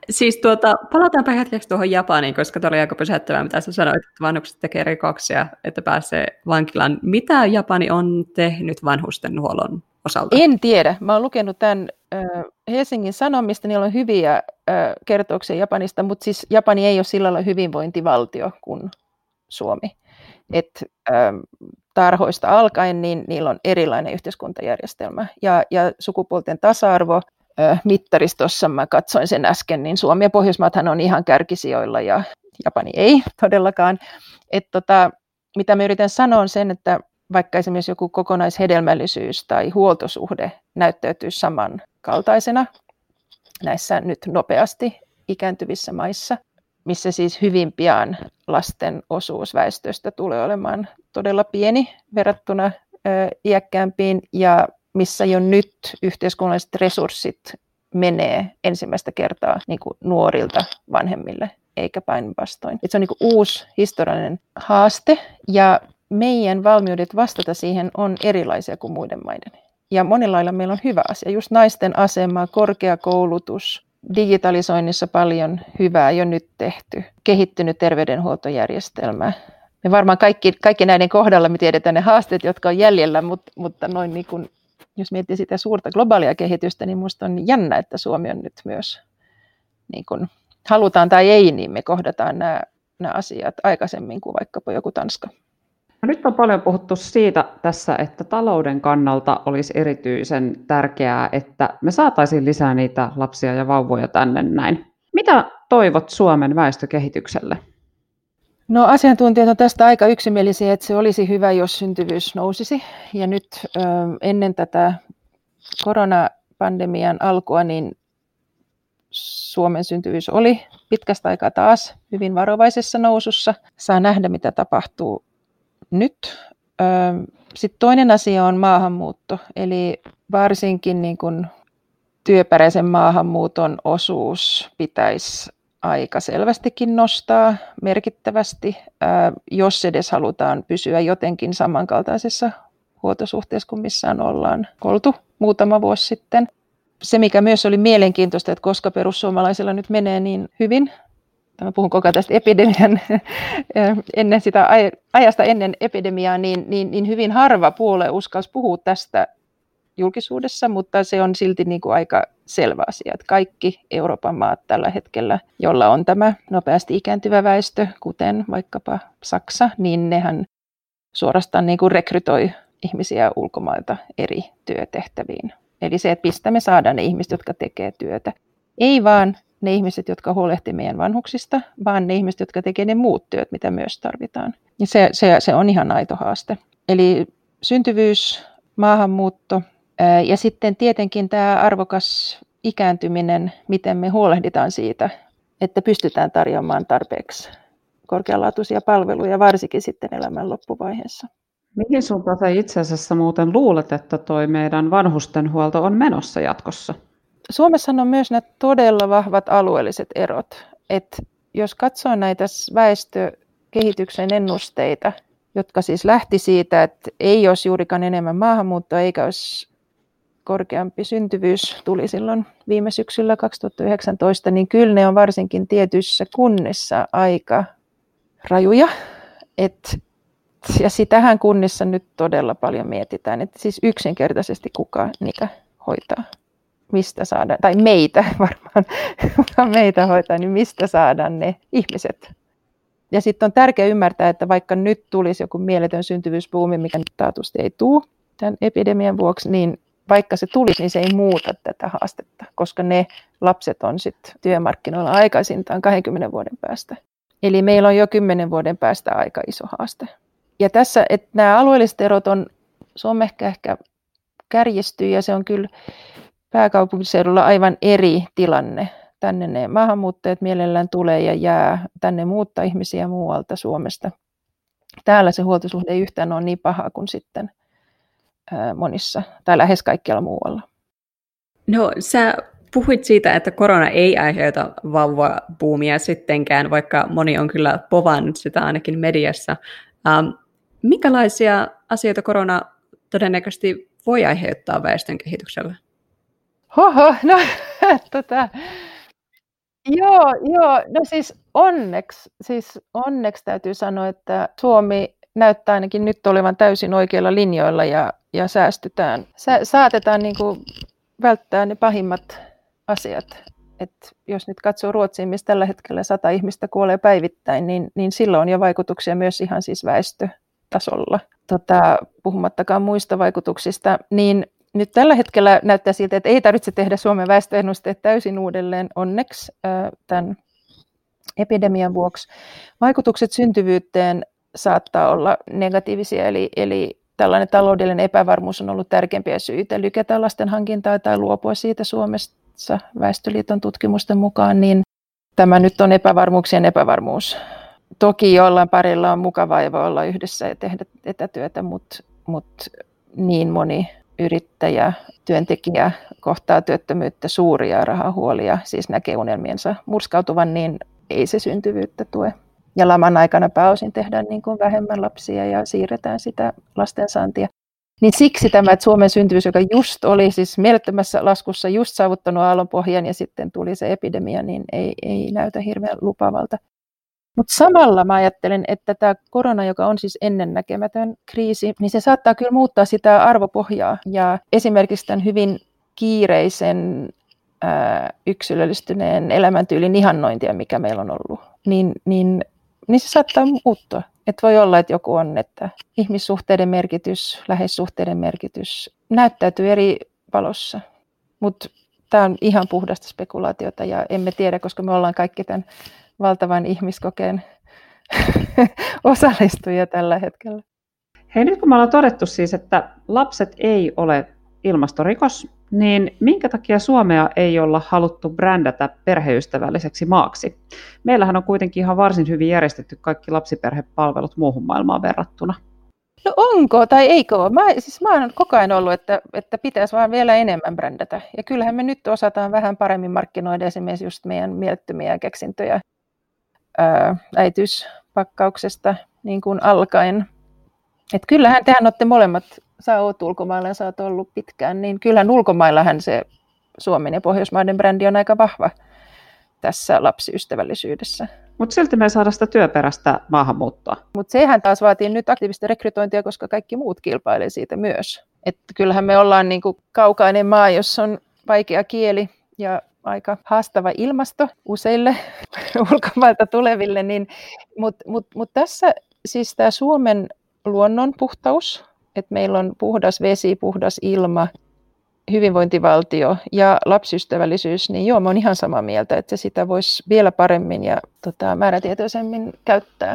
Siis tuota, palataanpa hetkeksi tuohon Japaniin, koska tuo oli aika pysäyttävää, mitä sä sanoit, että vanhukset tekee rikoksia, että pääsee vankilaan. Mitä Japani on tehnyt vanhustenhuollon osalta? En tiedä. Mä oon lukenut tämän äh, Helsingin Sanomista, niillä on hyviä äh, kertouksia Japanista, mutta siis Japani ei ole sillä lailla hyvinvointivaltio kuin Suomi. Et, äh, tarhoista alkaen niin niillä on erilainen yhteiskuntajärjestelmä ja, ja sukupuolten tasa-arvo. Mittaristossa mä katsoin sen äsken, niin Suomi ja Pohjoismaathan on ihan kärkisijoilla ja Japani ei todellakaan. Et tota, mitä mä yritän sanoa on sen, että vaikka esimerkiksi joku kokonaishedelmällisyys tai huoltosuhde näyttäytyy samankaltaisena näissä nyt nopeasti ikääntyvissä maissa, missä siis hyvin pian lasten osuus väestöstä tulee olemaan todella pieni verrattuna ö, iäkkäämpiin ja missä jo nyt yhteiskunnalliset resurssit menee ensimmäistä kertaa niin kuin nuorilta vanhemmille, eikä päinvastoin. Se on niin kuin uusi historiallinen haaste, ja meidän valmiudet vastata siihen on erilaisia kuin muiden maiden. Ja monilla lailla meillä on hyvä asia. Just naisten asema, korkeakoulutus, digitalisoinnissa paljon hyvää jo nyt tehty, kehittynyt terveydenhuoltojärjestelmä. Me varmaan kaikki, kaikki näiden kohdalla me tiedetään ne haasteet, jotka on jäljellä, mutta, mutta noin niin kuin jos miettii sitä suurta globaalia kehitystä, niin minusta on jännä, että Suomi on nyt myös, niin kun halutaan tai ei, niin me kohdataan nämä, nämä asiat aikaisemmin kuin vaikkapa joku Tanska. Nyt on paljon puhuttu siitä tässä, että talouden kannalta olisi erityisen tärkeää, että me saataisiin lisää niitä lapsia ja vauvoja tänne näin. Mitä toivot Suomen väestökehitykselle? No asiantuntijat on tästä aika yksimielisiä, että se olisi hyvä, jos syntyvyys nousisi. Ja nyt ö, ennen tätä koronapandemian alkua, niin Suomen syntyvyys oli pitkästä aikaa taas hyvin varovaisessa nousussa. Saa nähdä, mitä tapahtuu nyt. Sitten toinen asia on maahanmuutto, eli varsinkin niin kun työperäisen maahanmuuton osuus pitäisi aika selvästikin nostaa merkittävästi, jos edes halutaan pysyä jotenkin samankaltaisessa huoltosuhteessa kuin missään ollaan oltu muutama vuosi sitten. Se, mikä myös oli mielenkiintoista, että koska perussuomalaisilla nyt menee niin hyvin, mä puhun koko ajan tästä epidemian, ennen sitä ajasta ennen epidemiaa, niin, niin, niin hyvin harva puolue uskalsi puhua tästä julkisuudessa, mutta se on silti niin kuin aika selvä asia, että kaikki Euroopan maat tällä hetkellä, jolla on tämä nopeasti ikääntyvä väestö, kuten vaikkapa Saksa, niin nehän suorastaan niin kuin rekrytoi ihmisiä ulkomailta eri työtehtäviin. Eli se, että mistä me saadaan ne ihmiset, jotka tekee työtä. Ei vaan ne ihmiset, jotka huolehtii meidän vanhuksista, vaan ne ihmiset, jotka tekee ne muut työt, mitä myös tarvitaan. Ja se, se, se on ihan aito haaste. Eli syntyvyys, maahanmuutto ja sitten tietenkin tämä arvokas ikääntyminen, miten me huolehditaan siitä, että pystytään tarjoamaan tarpeeksi korkealaatuisia palveluja, varsinkin sitten elämän loppuvaiheessa. Mihin suuntaan sä itse asiassa muuten luulet, että toi meidän vanhustenhuolto on menossa jatkossa? Suomessa on myös nämä todella vahvat alueelliset erot. Et jos katsoo näitä väestökehityksen ennusteita, jotka siis lähti siitä, että ei olisi juurikaan enemmän maahanmuuttoa eikä olisi korkeampi syntyvyys, tuli silloin viime syksyllä kaksituhattayhdeksäntoista, niin kyllä ne on varsinkin tietyissä kunnissa aika rajuja. Et, ja sitähän kunnissa nyt todella paljon mietitään, että siis yksinkertaisesti kuka niitä hoitaa. Mistä saadaan, tai meitä varmaan, kuka meitä hoitaa, niin mistä saadaan ne ihmiset. Ja sitten on tärkeää ymmärtää, että vaikka nyt tulisi joku mieletön syntyvyysbuumi, mikä nyt taatusti ei tule tämän epidemian vuoksi, niin vaikka se tulisi, niin se ei muuta tätä haastetta, koska ne lapset on sitten työmarkkinoilla aikaisintaan kaksikymmentä vuoden päästä. Eli meillä on jo kymmenen vuoden päästä aika iso haaste. Ja tässä, että nämä alueelliset erot on, Suomi ehkä, ehkä kärjistyy ja se on kyllä pääkaupunkiseudulla aivan eri tilanne. Tänne ne maahanmuuttajat mielellään tulee ja jää, tänne muuttaa ihmisiä muualta Suomesta. Täällä se huoltosuhde ei yhtään ole niin paha kuin sitten monissa, tai lähes kaikkialla muualla. No, sä puhuit siitä, että korona ei aiheuta vauvabuumia sittenkään, vaikka moni on kyllä povannut sitä ainakin mediassa. Ähm, minkälaisia asioita korona todennäköisesti voi aiheuttaa väestön kehityksellä? Hoho, no tota, Joo, joo. No siis onneksi, siis onneksi täytyy sanoa, että Suomi näyttää ainakin nyt olevan täysin oikeilla linjoilla ja, ja säästytään. Sä, saatetaan niin kuin välttää ne pahimmat asiat. Et jos nyt katsoo Ruotsiin, missä tällä hetkellä sata ihmistä kuolee päivittäin, niin, niin sillä on jo vaikutuksia myös ihan siis väestötasolla. Tota, puhumattakaan muista vaikutuksista, niin nyt tällä hetkellä näyttää siltä, että ei tarvitse tehdä Suomen väestöennusteet täysin uudelleen onneksi tämän epidemian vuoksi. Vaikutukset syntyvyyteen saattaa olla negatiivisia, eli, eli tällainen taloudellinen epävarmuus on ollut tärkeimpiä syitä lykätä lasten hankintaa tai luopua siitä Suomessa Väestöliiton tutkimusten mukaan, niin tämä nyt on epävarmuuksien epävarmuus. Toki jollain parilla on mukavaa ja voi olla yhdessä ja tehdä etätyötä, mutta, mutta niin moni yrittäjä, työntekijä kohtaa työttömyyttä, suuria rahahuolia, siis näkee unelmiensa murskautuvan, niin ei se syntyvyyttä tue. Ja laman aikana pääosin tehdään niin kuin vähemmän lapsia ja siirretään sitä lastensaantia. Niin siksi tämä, että Suomen syntyvyys, joka just oli siis mielettömässä laskussa, just saavuttanut aallonpohjan ja sitten tuli se epidemia, niin ei, ei näytä hirveän lupaavalta. Mutta samalla mä ajattelen, että tämä korona, joka on siis ennennäkemätön kriisi, niin se saattaa kyllä muuttaa sitä arvopohjaa. Ja esimerkiksi tämän hyvin kiireisen, ää, yksilöllistyneen elämäntyylin ihannointia, mikä meillä on ollut, niin, niin, niin se saattaa muuttua. Että voi olla, että joku on, että ihmissuhteiden merkitys, läheissuhteiden merkitys näyttäytyy eri valossa. Mutta tämä on ihan puhdasta spekulaatiota ja emme tiedä, koska me ollaan kaikki tämän valtavan ihmiskokeen osallistujia tällä hetkellä. Hei, nyt kun me ollaan todettu siis, että lapset ei ole ilmastorikos, niin minkä takia Suomea ei olla haluttu brändätä perheystävälliseksi maaksi? Meillähän on kuitenkin ihan varsin hyvin järjestetty kaikki lapsiperhepalvelut muuhun maailmaan verrattuna. No onko tai eikö ole? Mä, siis mä oon koko ajan ollut, että, että pitäisi vaan vielä enemmän brändätä. Ja kyllähän me nyt osataan vähän paremmin markkinoida esimerkiksi just meidän mielettömiä keksintöjä ää, äitiyspakkauksesta niin kuin alkaen. Että kyllähän tehän olette molemmat, sä oot ulkomailla ja sä oot ollut pitkään, niin kyllähän ulkomaillahan se Suomen ja Pohjoismaiden brändi on aika vahva tässä lapsiystävällisyydessä. Mutta silti me ei saada sitä työperäistä maahanmuuttoa. Mutta sehän taas vaatii nyt aktiivista rekrytointia, koska kaikki muut kilpailee siitä myös. Että kyllähän me ollaan niinku kaukainen maa, jossa on vaikea kieli ja aika haastava ilmasto useille ulkomailta tuleville. Niin, Mutta mut, mut tässä siis tämä Suomen luonnon puhtaus, että meillä on puhdas vesi, puhdas ilma, hyvinvointivaltio ja lapsiystävällisyys, niin joo, mä oon ihan samaa mieltä, että sitä voisi vielä paremmin ja tota, määrätietoisemmin käyttää.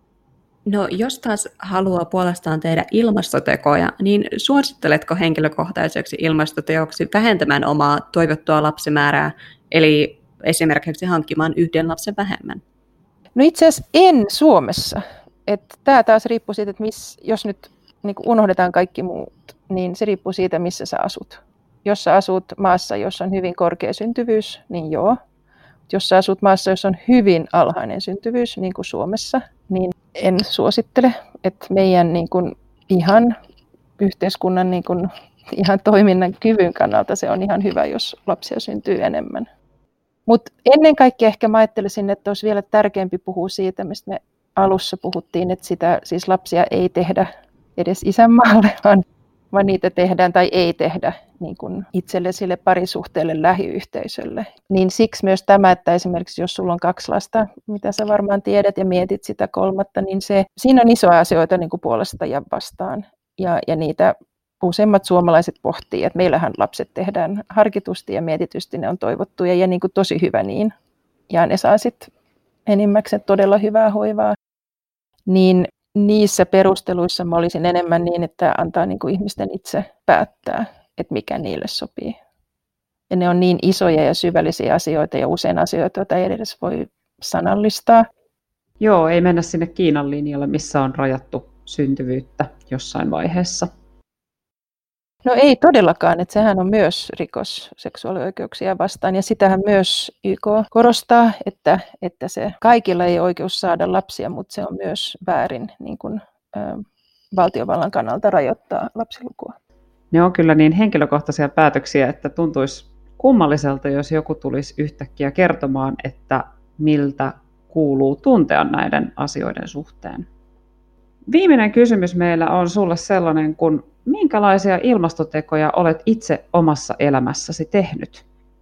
No jos taas haluaa puolestaan tehdä ilmastotekoja, niin suositteletko henkilökohtaiseksi ilmastoteoksi vähentämään omaa toivottua lapsimäärää, eli esimerkiksi hankkimaan yhden lapsen vähemmän? No itse asiassa en Suomessa. Tämä taas riippuu siitä, että miss, jos nyt niin kuin unohdetaan kaikki muut, niin se riippuu siitä, missä sä asut. Jos sä asut maassa, jossa on hyvin korkea syntyvyys, niin joo. Jos sä asut maassa, jossa on hyvin alhainen syntyvyys, niin kuin Suomessa, niin en suosittele. Että meidän niin kuin ihan yhteiskunnan niin kuin ihan toiminnan kyvyn kannalta se on ihan hyvä, jos lapsia syntyy enemmän. Mutta ennen kaikkea ehkä mä ajattelisin, että olisi vielä tärkeämpi puhua siitä, mistä me alussa puhuttiin, että sitä siis lapsia ei tehdä edes isänmaalle, vaan, vaan niitä tehdään tai ei tehdä niin kuin itselle, sille parisuhteelle, lähiyhteisölle. Niin siksi myös tämä, että esimerkiksi jos sulla on kaksi lasta, mitä sä varmaan tiedät ja mietit sitä kolmatta, niin se, siinä on isoja asioita niin kuin puolesta ja vastaan. Ja, ja niitä useimmat suomalaiset pohtii, että meillähän lapset tehdään harkitusti ja mietitysti, ne on toivottuja ja niin kuin tosi hyvä niin. Ja ne saa sitten enimmäkseen todella hyvää hoivaa. Niin niissä perusteluissa mä olisin enemmän niin, että antaa niin kuin ihmisten itse päättää, että mikä niille sopii. Ja ne on niin isoja ja syvällisiä asioita ja usein asioita, joita ei edes voi sanallistaa. Joo, ei mennä sinne Kiinan linjalle, missä on rajattu syntyvyyttä jossain vaiheessa. No ei todellakaan, että sehän on myös rikos seksuaalioikeuksia vastaan ja sitähän myös Y K korostaa, että, että se kaikilla ei ole oikeus saada lapsia, mutta se on myös väärin niin kuin, ä, valtiovallan kannalta rajoittaa lapsilukua. Ne on kyllä niin henkilökohtaisia päätöksiä, että tuntuisi kummalliselta, jos joku tulisi yhtäkkiä kertomaan, että miltä kuuluu tuntea näiden asioiden suhteen. Viimeinen kysymys meillä on sulle sellainen, kun minkälaisia ilmastotekoja olet itse omassa elämässäsi tehnyt?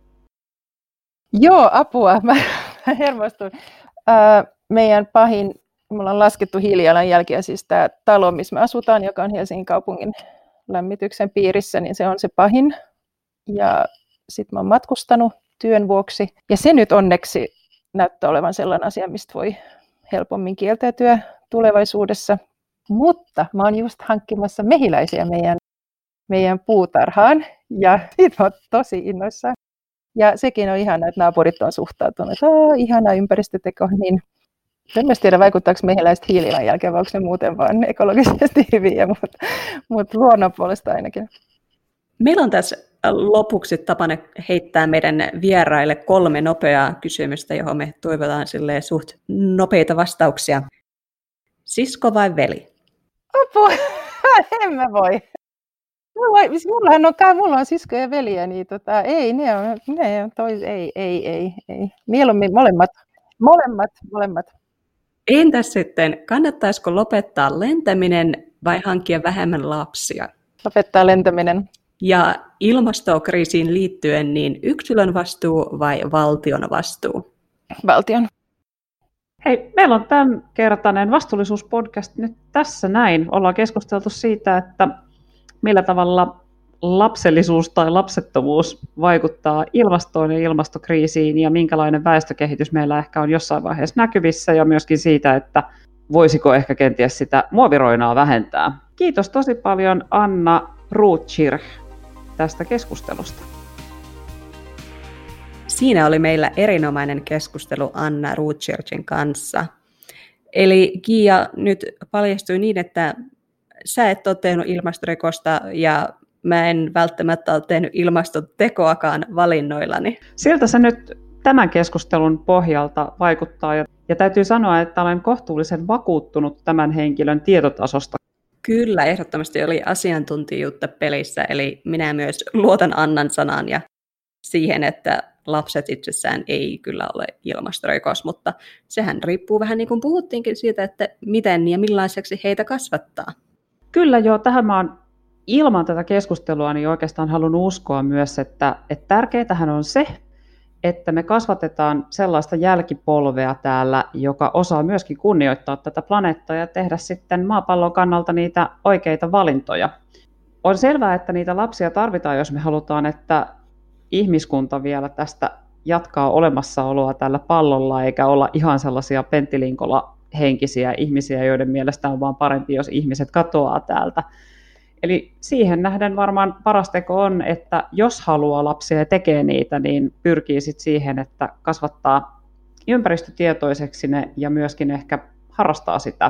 Joo, apua. Mä, mä hermostuin. Äh, meidän pahin, me ollaan laskettu hiilijalanjälkiä, siis tämä talo, missä me asutaan, joka on Helsingin kaupungin lämmityksen piirissä, niin se on se pahin. Ja sitten mä oon matkustanut työn vuoksi. Ja se nyt onneksi näyttää olevan sellainen asia, mistä voi helpommin kieltäytyä tulevaisuudessa. Mutta mä oon just hankkimassa mehiläisiä meidän, meidän puutarhaan ja siitä mä oon tosi innoissaan. Ja sekin on ihanaa, että naapurit on suhtautunut, että ihana ympäristöteko. Niin en mä tiedä, vaikuttaako mehiläiset hiilijalanjälkeen, vai onko ne muuten vaan ekologisesti hyviä, mutta, mutta luonnon puolesta ainakin. Meillä on tässä lopuksi tapana heittää meidän vieraille kolme nopeaa kysymystä, johon me toivotaan silleen suht nopeita vastauksia. Sisko vai veli? Apua, en mä voi. Mulla, mullahan on, mulla on sisko ja veliä, niin tota, ei, ne on, ne on tois, ei, ei, ei, ei. Mieluummin molemmat, molemmat, molemmat. Entäs sitten, kannattaisiko lopettaa lentäminen vai hankkia vähemmän lapsia? Lopettaa lentäminen. Ja ilmastokriisiin liittyen, niin yksilön vastuu vai valtion vastuu? Valtion. Hei, meillä on tämänkertainen vastuullisuuspodcast nyt tässä näin. Ollaan keskusteltu siitä, että millä tavalla lapsellisuus tai lapsettomuus vaikuttaa ilmastoon ja ilmastokriisiin ja minkälainen väestökehitys meillä ehkä on jossain vaiheessa näkyvissä ja myöskin siitä, että voisiko ehkä kenties sitä muoviroinaa vähentää. Kiitos tosi paljon Anna Rotkirch tästä keskustelusta. Siinä oli meillä erinomainen keskustelu Anna Rotkirchin kanssa. Eli Kiia, nyt paljastui niin, että sä et ole tehnyt ilmastorikosta ja mä en välttämättä ole tehnyt ilmastotekoakaan valinnoillani. Siltä se nyt tämän keskustelun pohjalta vaikuttaa ja, ja täytyy sanoa, että olen kohtuullisen vakuuttunut tämän henkilön tietotasosta. Kyllä, ehdottomasti oli asiantuntijuutta pelissä, eli minä myös luotan Annan sanaan ja siihen, että lapset itsessään ei kyllä ole ilmastorikos, mutta sehän riippuu vähän niin kuin puhuttiinkin siitä, että miten ja millaiseksi heitä kasvattaa. Kyllä joo, tähän mä oon ilman tätä keskustelua niin oikeastaan halunnut uskoa myös, että, että tärkeintähän on se, että me kasvatetaan sellaista jälkipolvea täällä, joka osaa myöskin kunnioittaa tätä planeettaa ja tehdä sitten maapallon kannalta niitä oikeita valintoja. On selvää, että niitä lapsia tarvitaan, jos me halutaan, että ihmiskunta vielä tästä jatkaa olemassaoloa tällä pallolla, eikä olla ihan sellaisia penttilinkola-henkisiä ihmisiä, joiden mielestä on vaan parempi, jos ihmiset katoaa täältä. Eli siihen nähden varmaan paras teko on, että jos haluaa lapsia ja tekee niitä, niin pyrkii sit siihen, että kasvattaa ympäristötietoiseksi ne ja myöskin ehkä harrastaa sitä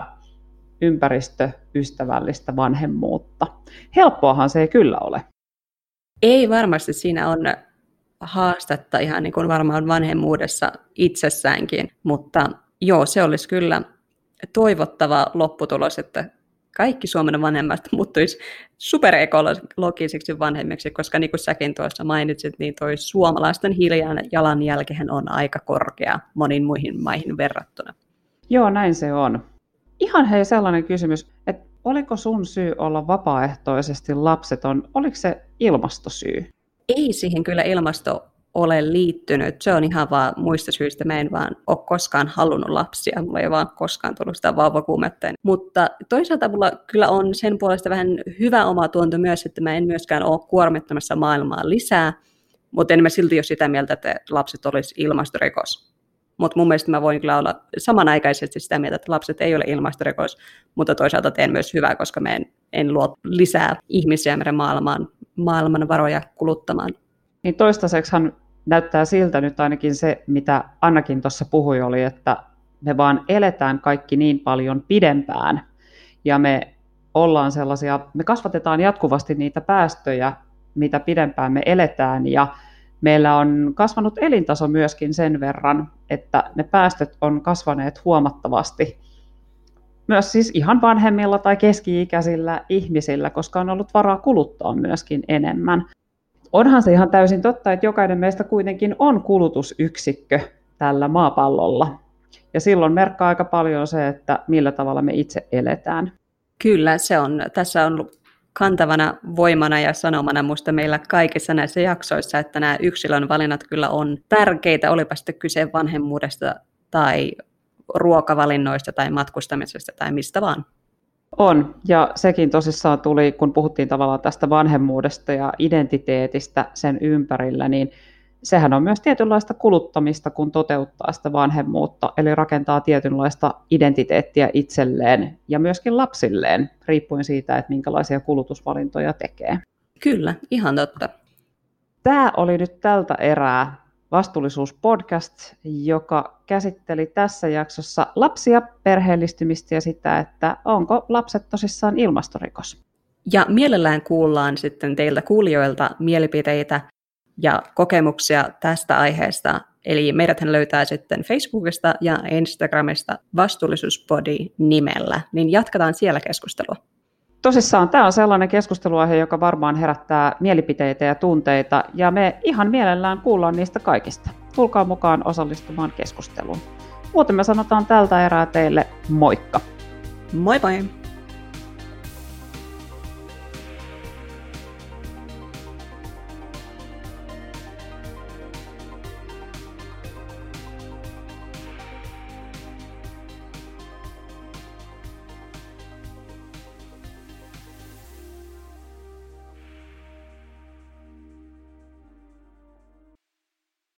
ympäristöystävällistä vanhemmuutta. Helppoahan se ei kyllä ole. Ei varmasti, siinä on haastetta ihan niin kuin varmaan vanhemmuudessa itsessäänkin, mutta joo, se olisi kyllä toivottava lopputulos, että kaikki Suomen vanhemmat muuttuisi superekologisiksi vanhemmiksi, koska niin kuin säkin tuossa mainitsit, niin toi suomalaisten hiilijalanjälkihän on aika korkea moniin muihin maihin verrattuna. Joo, näin se on. Ihan hei sellainen kysymys, että oliko sun syy olla vapaaehtoisesti lapseton, oliko se ilmastosyy? Ei siihen kyllä ilmasto ole liittynyt. Se on ihan vaan muista syistä. Mä en vaan ole koskaan halunnut lapsia. Mulla ei vaan koskaan tullut sitä vauvakuumetta. Mutta toisaalta mulla kyllä on sen puolesta vähän hyvä omatunto myös, että mä en myöskään ole kuormittamassa maailmaa lisää. Mutta en mä silti ole sitä mieltä, että lapset olisi ilmastorikos. Mutta mun mielestä mä voin kyllä olla samanaikaisesti sitä mieltä, että lapset ei ole ilmastorikos, mutta toisaalta teen myös hyvää, koska mä en, en luo lisää ihmisiä meidän maailmaan, maailman varoja kuluttamaan. Niin toistaiseksihan näyttää siltä nyt ainakin se, mitä Annakin tuossa puhui, oli, että me vaan eletään kaikki niin paljon pidempään ja me ollaan sellaisia, me kasvatetaan jatkuvasti niitä päästöjä, mitä pidempään me eletään ja meillä on kasvanut elintaso myöskin sen verran, että ne päästöt on kasvaneet huomattavasti myös siis ihan vanhemmilla tai keski-ikäisillä ihmisillä, koska on ollut varaa kuluttaa myöskin enemmän. Onhan se ihan täysin totta, että jokainen meistä kuitenkin on kulutusyksikkö tällä maapallolla. Ja silloin merkkaa aika paljon se, että millä tavalla me itse eletään. Kyllä, se on. Tässä on ollut kantavana voimana ja sanomana musta meillä kaikissa näissä jaksoissa, että nämä yksilön valinnat kyllä on tärkeitä, olipa sitten kyse vanhemmuudesta tai ruokavalinnoista tai matkustamisesta tai mistä vaan. On, ja sekin tosissaan tuli, kun puhuttiin tavallaan tästä vanhemmuudesta ja identiteetistä sen ympärillä, niin sehän on myös tietynlaista kuluttamista, kun toteuttaa sitä vanhemmuutta, eli rakentaa tietynlaista identiteettiä itselleen ja myöskin lapsilleen, riippuen siitä, että minkälaisia kulutusvalintoja tekee. Kyllä, ihan totta. Tämä oli nyt tältä erää Vastuullisuus-podcast, joka käsitteli tässä jaksossa lapsia, perheellistymistä ja sitä, että onko lapset tosissaan ilmastorikos. Ja mielellään kuullaan sitten teiltä kuulijoilta mielipiteitä ja kokemuksia tästä aiheesta. Eli meidäthän löytää sitten Facebookista ja Instagramista Vastuullisuuspodi nimellä, niin jatketaan siellä keskustelua. Tosissaan tämä on sellainen keskusteluaihe, joka varmaan herättää mielipiteitä ja tunteita, ja me ihan mielellään kuullaan niistä kaikista. Tulkaa mukaan osallistumaan keskusteluun. Muuten me sanotaan tältä erää teille moikka! Moi moi!